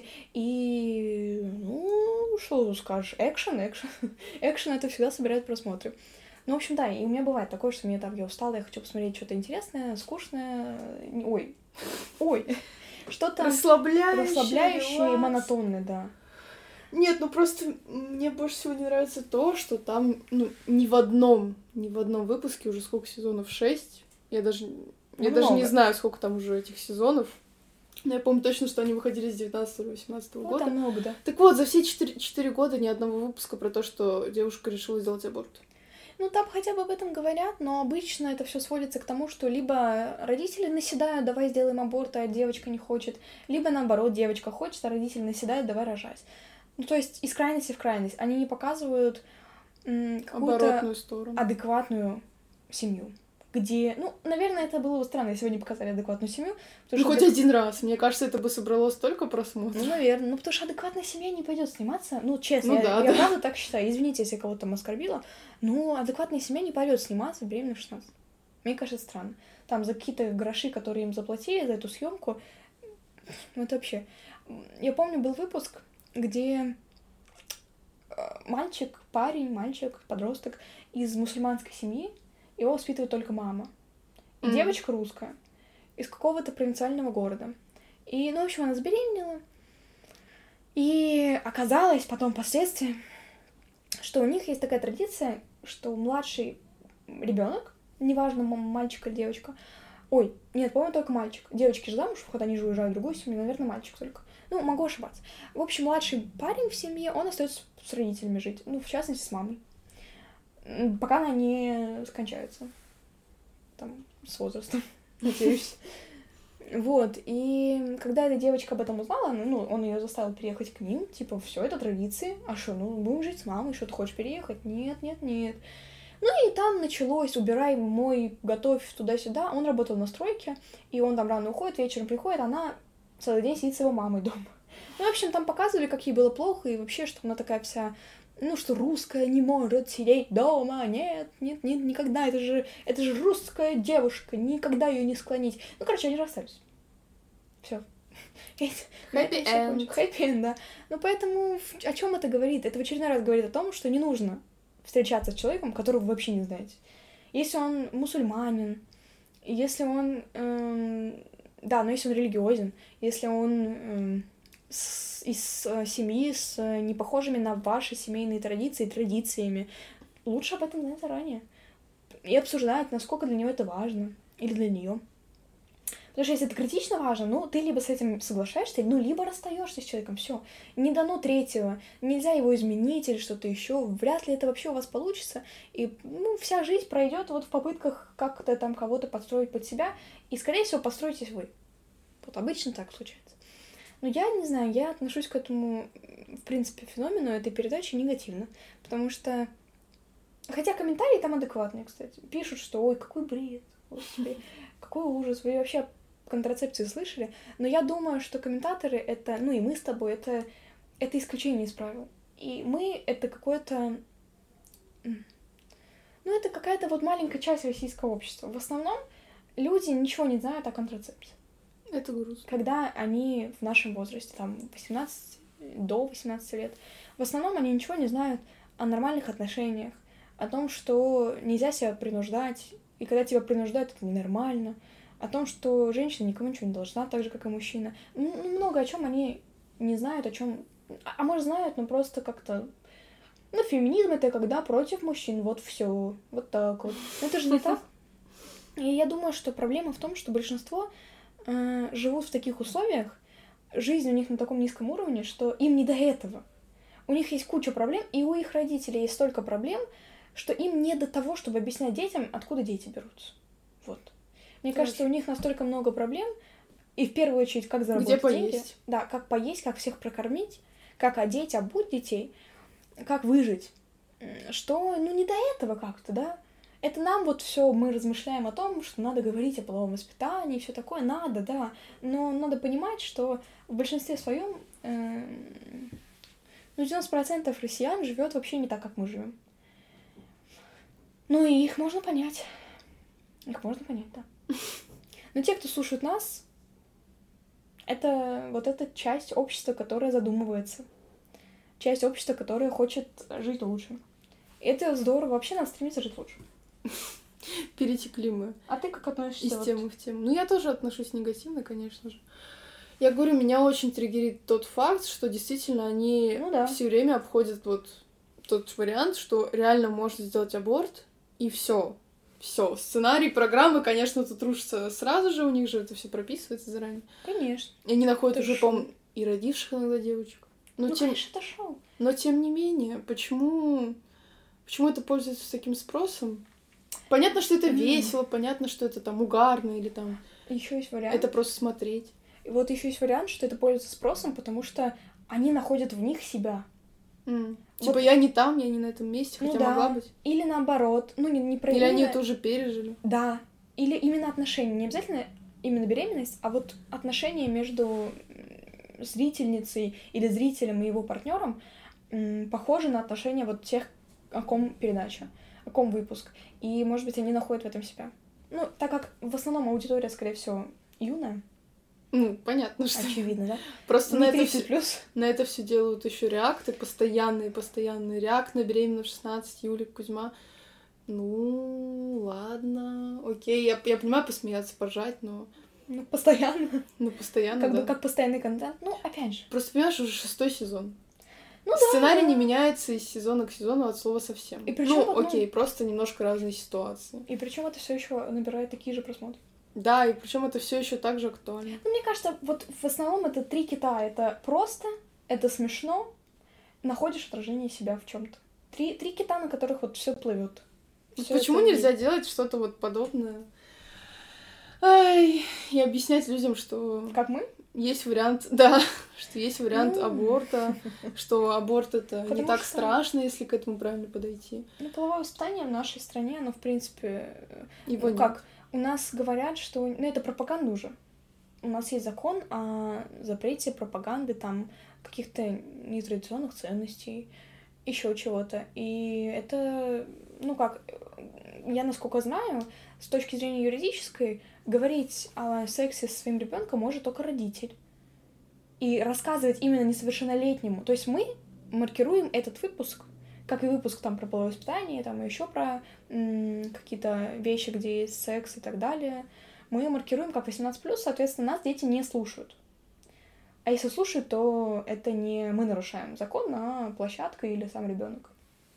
и, ну, что скажешь, экшен, экшен. Экшен это всегда собирает просмотры. Ну, в общем, да, и у меня бывает такое, что мне там, я устала, я хочу посмотреть что-то интересное, скучное, ой, ой, что-то расслабляющее, расслабляющее, монотонное, да. Нет, ну просто мне больше всего не нравится то, что там, ну, ни в одном, ни в одном выпуске уже сколько сезонов? Шесть? Я даже, ну, я даже не знаю, сколько там уже этих сезонов. Но я помню точно, что они выходили с девятнадцатого-восемнадцатого ну, года. Там много, да. Так вот, за все четыре года ни одного выпуска про то, что девушка решила сделать аборт. Ну, там хотя бы об этом говорят, но обычно это все сводится к тому, что либо родители наседают, давай сделаем аборт, а девочка не хочет, либо наоборот, девочка хочет, а родители наседают, давай рожать. Ну, то есть из крайности в крайность. Они не показывают м, какую-то адекватную семью. Где, ну, наверное, это было бы странно, если бы они показали адекватную семью. Ну, хоть адек... один раз. Мне кажется, это бы собрало столько просмотров. Ну, наверное. Ну, потому что адекватная семья не пойдет сниматься. Ну, честно, ну, я, да, я да. правда так считаю. Извините, если я кого-то там оскорбила. Но адекватная семья не пойдет сниматься в беременных в шестнадцать. Мне кажется, странно. Там за какие-то гроши, которые им заплатили за эту съемку. Ну, это вообще... Я помню, был выпуск, где мальчик, парень, мальчик, подросток из мусульманской семьи, его воспитывает только мама. И mm. девочка русская, из какого-то провинциального города. И, ну, в общем, она забеременела. И оказалось потом впоследствии, что у них есть такая традиция, что младший ребенок, неважно, мальчик или девочка, ой, нет, по-моему, только мальчик. Девочки же замуж, когда они же уезжают в другую семью, наверное, мальчик только. Ну, могу ошибаться. В общем, младший парень в семье, он остается с родителями жить. Ну, в частности, с мамой. Пока она не скончается. Там, с возрастом, надеюсь. Вот, и когда эта девочка об этом узнала, ну, он ее заставил переехать к ним, типа, все это традиции, а что, ну, будем жить с мамой, что, ты хочешь переехать? Нет, нет, нет. Ну, и там началось, убирай, мой, готовь туда-сюда. Он работал на стройке, и он там рано уходит, вечером приходит, она целый день сидит с его мамой дома. Ну, в общем, там показывали, как ей было плохо, и вообще, что она такая вся... Ну, что русская не может сидеть дома, нет, нет, нет, никогда, это же, это же русская девушка, никогда ее не склонить. Ну, короче, они расстались. Все. Happy end. Happy end, да. Ну, поэтому о чем это говорит? Это в очередной раз говорит о том, что не нужно встречаться с человеком, которого вы вообще не знаете. Если он мусульманин, если он, эм, да, но если он религиозен, если он эм, с, из э, семьи с э, не похожими на ваши семейные традиции, традициями, лучше об этом знать заранее. И обсуждать, насколько для него это важно, или для нее. Потому что если это критично важно, ну, ты либо с этим соглашаешься, ну, либо расстаешься с человеком, все. Не дано третьего, нельзя его изменить или что-то еще, вряд ли это вообще у вас получится. И, ну, вся жизнь пройдет вот в попытках как-то там кого-то подстроить под себя, и, скорее всего, построитесь вы. Вот обычно так случается. Но я не знаю, я отношусь к этому, в принципе, феномену этой передачи негативно, потому что... Хотя комментарии там адекватные, кстати. Пишут, что ой, какой бред, господи, какой ужас, вы вообще о контрацепции слышали? Но я думаю, что комментаторы это, ну и мы с тобой, это, это исключение из правил. И мы это какое-то... Ну, это какая-то вот маленькая часть российского общества. В основном люди ничего не знают о контрацепции. Это грустно. Когда они в нашем возрасте, там, восемнадцать, до восемнадцати лет, в основном они ничего не знают о нормальных отношениях, о том, что нельзя себя принуждать, и когда тебя принуждают, это ненормально, о том, что женщина никому ничего не должна, так же, как и мужчина. Ну, много о чем они не знают, о чем... А может, знают, но просто как-то... Ну, феминизм — это когда против мужчин, вот все, вот так вот. Но это же не так. И я думаю, что проблема в том, что большинство... живут в таких условиях, жизнь у них на таком низком уровне, что им не до этого. У них есть куча проблем, и у их родителей есть столько проблем, что им не до того, чтобы объяснять детям, откуда дети берутся. Вот. Мне Конечно. кажется, у них настолько много проблем, и в первую очередь, как заработать Где деньги. поесть. Да, как поесть, как всех прокормить, как одеть, обуть детей, как выжить. Что, ну, не до этого как-то, да? Это нам вот все мы размышляем о том, что надо говорить о половом воспитании и все такое, надо, да, но надо понимать, что в большинстве своем э, ну, девяносто процентов россиян живет вообще не так, как мы живем. Ну и их можно понять. Их можно понять, да. Но те, кто слушает нас, это вот эта часть общества, которая задумывается. Часть общества, которая хочет жить лучше. И это здорово. Вообще надо стремиться жить лучше. Перетекли мы. А ты как относишься? Из вот... темы в тему. Ну, я тоже отношусь негативно, конечно же. Я говорю, меня очень триггерит тот факт, что действительно они ну, да. все время обходят вот тот вариант, что реально можно сделать аборт, и все. Все. Сценарий программы, конечно, тут рушится сразу же, у них же это все прописывается заранее. Конечно. И они находят это уже, по-моему, и родивших иногда девочек. Но ну, тем... конечно, это шоу. Но тем не менее, почему... Почему это пользуется таким спросом? Понятно, что это mm. весело, понятно, что это там угарно или там... Еще есть вариант. Это просто смотреть. И вот еще есть вариант, что это пользуется спросом, потому что они находят в них себя. Mm. Вот. Типа я не там, я не на этом месте, хотя ну, да. могла быть. Или наоборот. Ну, не, не про Или именно... они это уже пережили. Да. Или именно отношения. Не обязательно именно беременность, а вот отношения между зрительницей или зрителем и его партнером м, похожи на отношения вот тех, о ком передача, о ком выпуск. И, может быть, они находят в этом себя. Ну, так как в основном аудитория, скорее всего, юная. Ну, понятно, что... Очевидно, да? Просто на это, все, на это все делают еще реакты, постоянные, постоянные реакт на беременна в шестнадцать, Юлик, Кузьма. Ну, ладно, окей, я, я понимаю, посмеяться, поржать, но... Ну, постоянно. Ну, постоянно, как да. бы как постоянный контент. Ну, опять же. Просто, понимаешь, уже шестой сезон. Ну, Сценарий да, не да. меняется из сезона к сезону от слова совсем. И причем ну, вот, окей, ну... просто немножко разные ситуации. И причем это все еще набирает такие же просмотры. Да, и причем это все еще так же актуально. Ну, мне кажется, вот в основном это три кита. Это просто, это смешно, находишь отражение себя в чем-то. Три, три кита, на которых вот все плывет. Почему нельзя есть. делать что-то вот подобное? Ай, и объяснять людям, что... Как мы? Есть вариант, да, что есть вариант ну... аборта, что аборт это Потому не так что... страшно, если к этому правильно подойти. Ну, половое воспитание в нашей стране, оно, в принципе... Его ну, нет. Как? У нас говорят, что... Ну, это пропаганда уже. У нас есть закон о запрете пропаганды там каких-то нетрадиционных ценностей, еще чего-то. И это, ну как, я насколько знаю, с точки зрения юридической, говорить о сексе со своим ребенком может только родитель. И рассказывать именно несовершеннолетнему. То есть мы маркируем этот выпуск, как и выпуск там про половое воспитание, там еще про м- какие-то вещи, где есть секс и так далее. Мы маркируем как восемнадцать плюс, соответственно, нас дети не слушают. А если слушают, то это не мы нарушаем закон, а площадка или сам ребенок.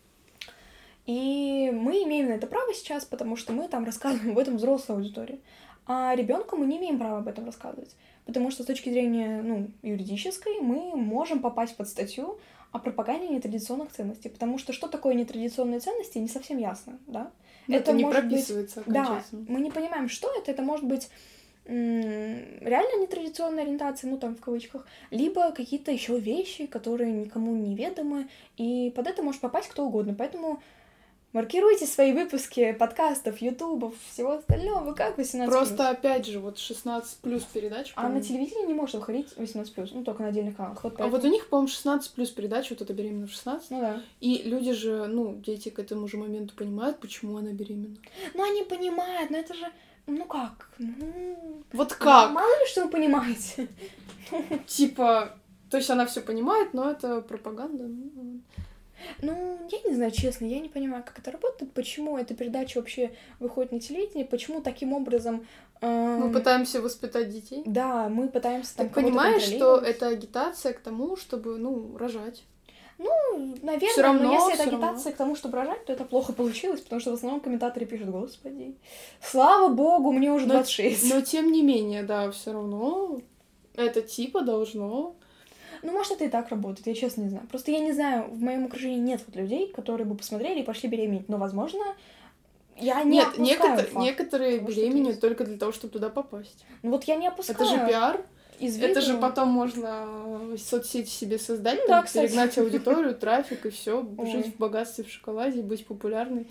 И мы имеем на это право сейчас, потому что мы там рассказываем об этом взрослой аудитории. А ребенку мы не имеем права об этом рассказывать. Потому что с точки зрения ну, юридической мы можем попасть под статью о пропаганде нетрадиционных ценностей. Потому что что такое нетрадиционные ценности, не совсем ясно, да? Это, это не прописывается быть... окончательно. Да, мы не понимаем, что это. Это может быть м- реально нетрадиционная ориентация, ну там в кавычках, либо какие-то еще вещи, которые никому не ведомы, и под это может попасть кто угодно. Поэтому маркируйте свои выпуски подкастов, ютубов, всего остального, как восемнадцать плюс. Просто, опять же, вот шестнадцать плюс передач. А на телевидении не может выходить восемнадцать плюс, ну, только на отдельных каналах. Вот поэтому... А вот у них, по-моему, шестнадцать плюс передача, вот это беременна в шестнадцать. Ну да. И люди же, ну, дети к этому же моменту понимают, почему она беременна. Ну, они понимают, но это же, ну как? Ну... Вот как? Мало ли, что вы понимаете. Типа, то есть она все понимает, но это пропаганда. Ну, я не знаю, честно, я не понимаю, как это работает, почему эта передача вообще выходит на телевидение, почему таким образом... Э... Мы пытаемся воспитать детей. Да, мы пытаемся там Ты понимаешь, что это агитация к тому, чтобы, ну, рожать? Ну, наверное, всё равно, но если это агитация равно. к тому, чтобы рожать, то это плохо получилось, потому что в основном комментаторы пишут: «Господи, слава богу, мне уже двадцать шесть». Но, но тем не менее, да, все равно... Это типа должно... Ну, может, это и так работает, я честно не знаю. Просто я не знаю, в моем окружении нет вот людей, которые бы посмотрели и пошли беременеть. Но, возможно, я не Нет, опускаю некотор- факт некоторые того, беременеют только для того, чтобы туда попасть. Ну, вот я не опускаю. Это же пиар. Из Это же виду. потом можно соцсети себе создать, Ну, там, да, кстати. перегнать аудиторию, трафик и все, Ой. жить в богатстве, в шоколаде, быть популярной.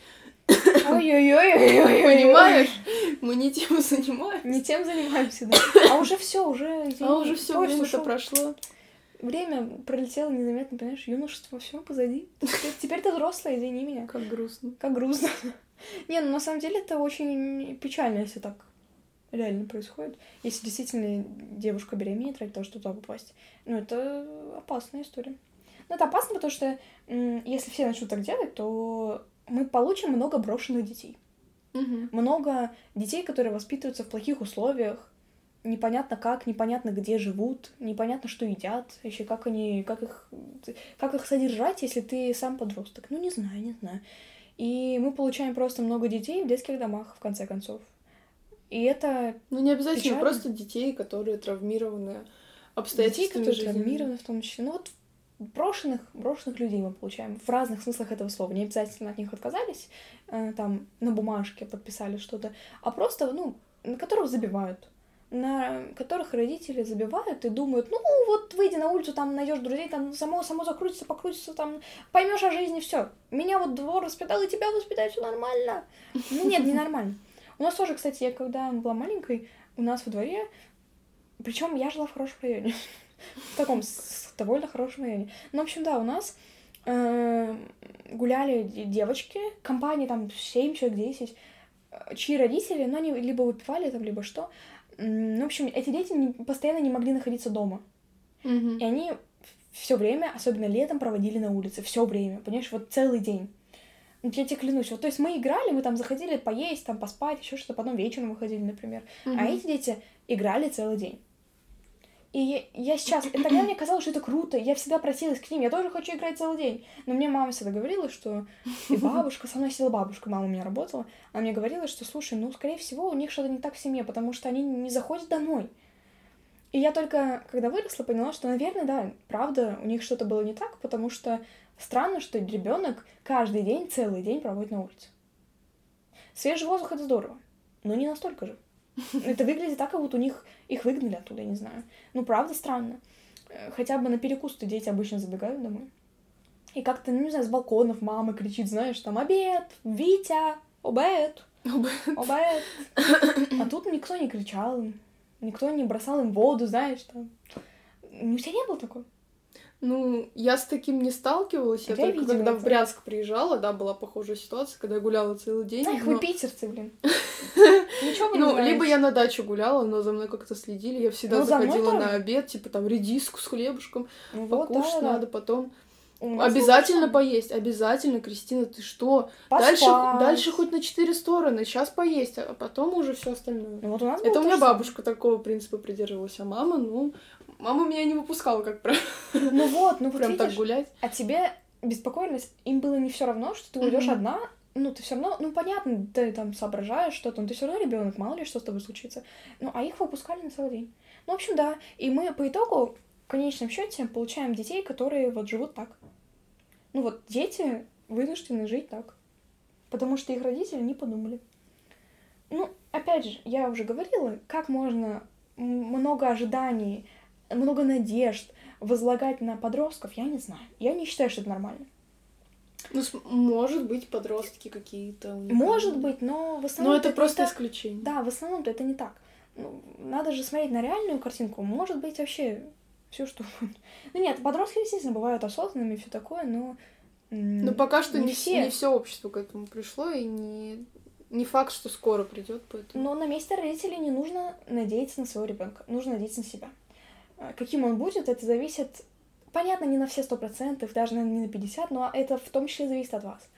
Ой-ой-ой. Понимаешь? Мы не тем занимаемся. Не тем занимаемся, да. А уже все, уже... А уже все, время-то прошло. Время пролетело незаметно, понимаешь? Юношество, все позади. Теперь, теперь ты взрослая, извини меня. Как грустно. Как грустно. Не, ну на самом деле это очень печально, если так реально происходит. Если действительно девушка беременеет ради того, чтобы туда попасть. Ну, это опасная история. Ну, это опасно, потому что м, если все начнут так делать, то мы получим много брошенных детей. Угу. Много детей, которые воспитываются в плохих условиях, непонятно как, непонятно где живут, непонятно что едят, еще как они, как их, как их содержать, если ты сам подросток. Ну, не знаю, не знаю. И мы получаем просто много детей в детских домах, в конце концов. И это Ну, не обязательно, печально. просто детей, которые травмированы обстоятельствами детей, которые жизни. травмированы в том числе. Ну, вот брошенных, брошенных людей мы получаем в разных смыслах этого слова. Не обязательно от них отказались, э, там, на бумажке подписали что-то, а просто, ну, на которых забивают. На которых родители забивают и думают, ну, вот выйди на улицу, там найдешь друзей, там само, само закрутится, покрутится, там поймешь о жизни, все. Меня вот двор воспитал, и тебя воспитать, все нормально. Ну, нет, не нормально. У нас тоже, кстати, я когда была маленькой, у нас во дворе, причем я жила в хорошем районе, в таком довольно хорошем районе. Ну, в общем, да, у нас э, гуляли девочки, компании там семь человек, десять, чьи родители, ну, они либо выпивали там, либо что. Ну, в общем, эти дети не, постоянно не могли находиться дома. Угу. И они все время, особенно летом, проводили на улице. Все время, понимаешь, вот целый день. Вот я тебе клянусь. Вот, то есть мы играли, мы там заходили поесть, там поспать, еще что-то, потом вечером выходили, например. Угу. А эти дети играли целый день. И я, я сейчас... И тогда мне казалось, что это круто. Я всегда просилась к ним. Я тоже хочу играть целый день. Но мне мама всегда говорила, что... И бабушка... Со мной сидела бабушка, мама у меня работала. Она мне говорила, что, слушай, ну, скорее всего, у них что-то не так в семье, потому что они не заходят домой. И я только, когда выросла, поняла, что, наверное, да, правда, у них что-то было не так, потому что странно, что ребенок каждый день, целый день проводит на улице. Свежий воздух — это здорово, но не настолько же. Это выглядит так, как будто у них их выгнали оттуда, я не знаю. Ну, правда, странно. Хотя бы на перекус-то дети обычно забегают домой. И как-то, ну, не знаю, с балконов мама кричит, знаешь, там, обед, Витя, обед, обед. А тут никто не кричал им, никто не бросал им воду, знаешь, там. У тебя не было такого? Ну, я с таким не сталкивалась. Я, я только видела когда это. в Брянск приезжала, да, была похожая ситуация, когда я гуляла целый день. Ах, но... вы питерцы, блин. Ничего вы не Ну, знаете. либо я на даче гуляла, но за мной как-то следили. Я всегда Ну, за мной заходила тоже. на обед, типа там редиску с хлебушком. Ну, вот, Покушать да, да. надо, потом... У нас Обязательно тоже поесть, обязательно, Кристина, ты что? Поспать. Дальше, дальше хоть на четыре стороны, сейчас поесть, а потом уже все остальное. Ну, вот у нас Это было у меня то же самое. бабушка такого принципа придерживалась, а мама, ну, мама меня не выпускала, как правило. Ну вот, ну вот Прям видишь, так гулять. а тебе беспокойность, им было не все равно, что ты уйдешь Мгм. одна, ну ты все равно, ну понятно, ты там соображаешь что-то, но ты все равно ребенок, мало ли что с тобой случится. Ну, а их выпускали на целый день. Ну, в общем, да. И мы по итогу, в конечном счете, получаем детей, которые вот живут так. Ну вот дети вынуждены жить так, потому что их родители не подумали. Ну, опять же, я уже говорила, как можно много ожиданий, много надежд возлагать на подростков, я не знаю. Я не считаю, что это нормально. Ну, с- может быть, подростки какие-то. у них. Может быть, но в основном... Но это просто исключение. Да, в основном-то это не так. Ну, надо же смотреть на реальную картинку. Может быть, вообще все что угодно. Ну нет, подростки, естественно, бывают осознанными и все такое, но... м, Но пока что не, все. не все общество к этому пришло, и не, не факт, что скоро придет, поэтому. Но на месте родителей не нужно надеяться на своего ребенка, нужно надеяться на себя. А каким он будет, это зависит, понятно, не на все сто процентов, даже наверное, не на пятьдесят, но это в том числе зависит от вас.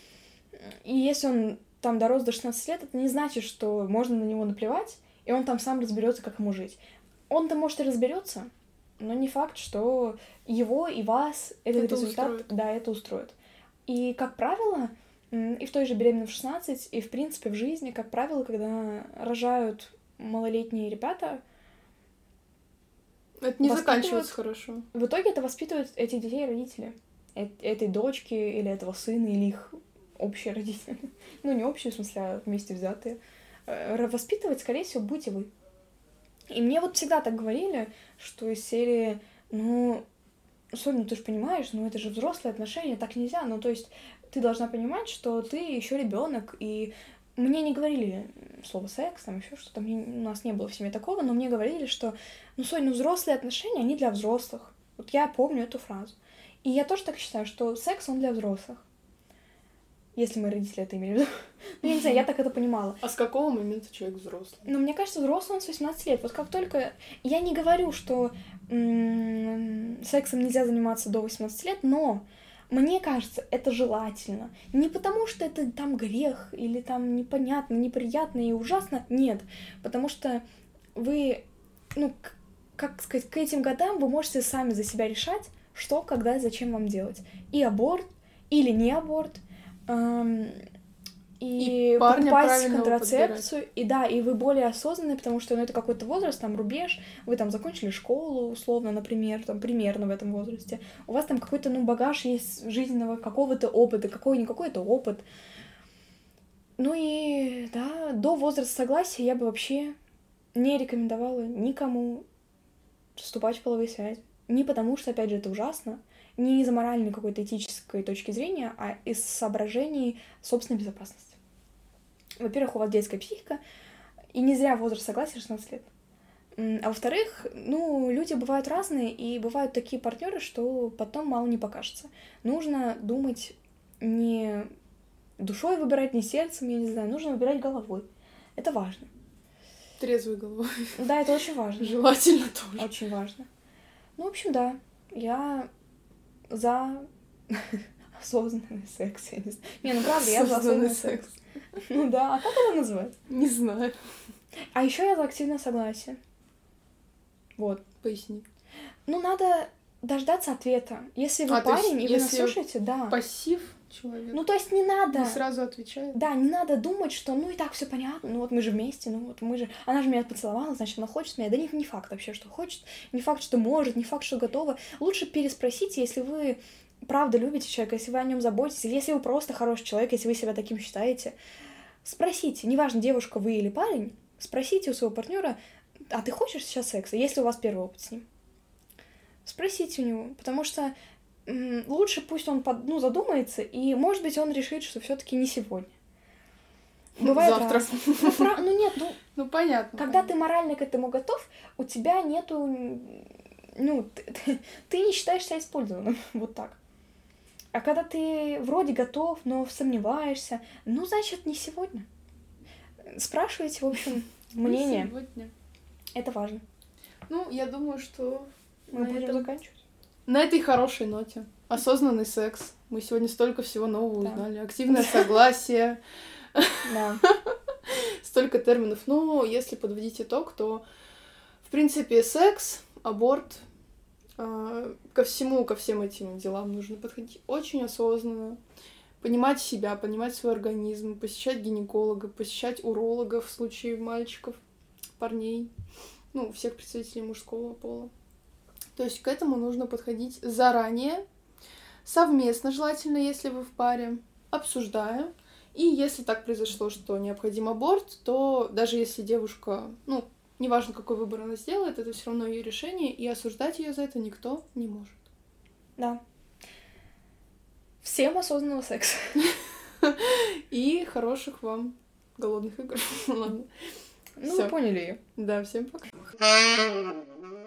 И если он там дорос до шестнадцати лет, это не значит, что можно на него наплевать, и он там сам разберется, как ему жить. Он-то, может, и разберется, но не факт, что его и вас этот Это результат, устроит. да, это устроит. И, как правило, м, и в той же беременной в шестнадцать, и, в принципе, в жизни, как правило, когда рожают малолетние ребята, Это не заканчивается хорошо. В итоге это воспитывают этих детей родители. Э- этой дочки или этого сына, или их общие родители. Ну, не общие, в смысле, а вместе взятые. Э- воспитывать, скорее всего, будете вы. И мне вот всегда так говорили, что из серии, ну, Соль, ну ты же понимаешь, ну это же взрослые отношения, так нельзя. Ну, то есть ты должна понимать, что ты еще ребенок, и мне не говорили слово секс, там еще что-то, у нас не было в семье такого, но мне говорили, что, ну, Соль, ну взрослые отношения, они для взрослых. Вот я помню эту фразу. И я тоже так считаю, что секс, он для взрослых. Если мои родители это имели в виду. Ну, я не знаю, я так это понимала. А с какого момента человек взрослый? Ну, мне кажется, взрослый он с восемнадцати лет. Вот как только... Я не говорю, что м- сексом нельзя заниматься до восемнадцати лет, но мне кажется, это желательно. Не потому, что это там грех, или там непонятно, неприятно и ужасно. Нет. Потому что вы, ну, к- как сказать, к этим годам вы можете сами за себя решать, что, когда и зачем вам делать. И аборт, или не аборт, эм, и, И парня покупать правильного контрацепцию, подбирать. и да, и вы более осознанные, потому что, ну, это какой-то возраст, там, рубеж, вы там закончили школу, условно, например, там, примерно в этом возрасте, у вас там какой-то, ну, багаж есть жизненного какого-то опыта, какой-никакой это опыт. Ну и, да, до возраста согласия я бы вообще не рекомендовала никому вступать в половые связи. Не потому что, опять же, это ужасно, не из-за моральной какой-то этической точки зрения, а из соображений собственной безопасности. Во-первых, у вас детская психика, и не зря возраст согласия шестнадцать лет. А во-вторых, ну, люди бывают разные, и бывают такие партнеры, что потом мало не покажется. Нужно думать не душой выбирать, не сердцем, я не знаю, нужно выбирать головой. Это важно. Трезвой головой. Да, это очень важно. Желательно тоже. Очень важно. Ну, в общем, да, я за осознанный секс, я не знаю. Не, ну правда, я за осознанный секс. Ну да, а как это называется? Не знаю. А еще я за активное согласие. Вот. Поясни. Ну, надо дождаться ответа. Если вы А, то есть, парень, и вы нас если слушаете, да. Пассив человек. Ну, то есть не надо... Не сразу отвечает. Да, не надо думать, что ну и так все понятно, ну вот мы же вместе, ну вот мы же... Она же меня поцеловала, значит, она хочет меня. Да не, не факт вообще, что хочет, не факт, что может, не факт, что готова. Лучше переспросите, если вы правда любите человека, если вы о нем заботитесь, или если вы просто хороший человек, если вы себя таким считаете. Спросите, неважно, девушка вы или парень, спросите у своего партнера, а ты хочешь сейчас секса, если у вас первый опыт с ним? Спросите у него, потому что м, лучше пусть он под, ну, задумается, и, может быть, он решит, что все таки не сегодня. Бывает завтра. разное. Ну, про... ну нет, ну... Ну, понятно. Когда понятно. ты морально к этому готов, у тебя нету... Ну, ты, ты, ты не считаешь себя использованным. Вот так. А когда ты вроде готов, но сомневаешься, ну, значит, не сегодня. Спрашивайте, в общем, мнение. Не сегодня. Это важно. Ну, я думаю, что... Мы на будем этом- заканчивать. На этой хорошей ноте. Осознанный секс. Мы сегодня столько всего нового Да. узнали. Активное согласие. Да. Столько терминов. Ну, если подводить итог, то, в принципе, секс, аборт, э, ко всему, ко всем этим делам нужно подходить очень осознанно. Понимать себя, понимать свой организм, посещать гинеколога, посещать уролога в случае мальчиков, парней, ну, всех представителей мужского пола. То есть к этому нужно подходить заранее, совместно желательно, если вы в паре, обсуждая. И если так произошло, что необходим аборт, то даже если девушка, ну, неважно, какой выбор она сделает, это все равно ее решение, и осуждать ее за это никто не может. Да. Всем осознанного секса. И хороших вам голодных игр. Ладно. Ну, Всё. вы поняли ее. Да, всем пока.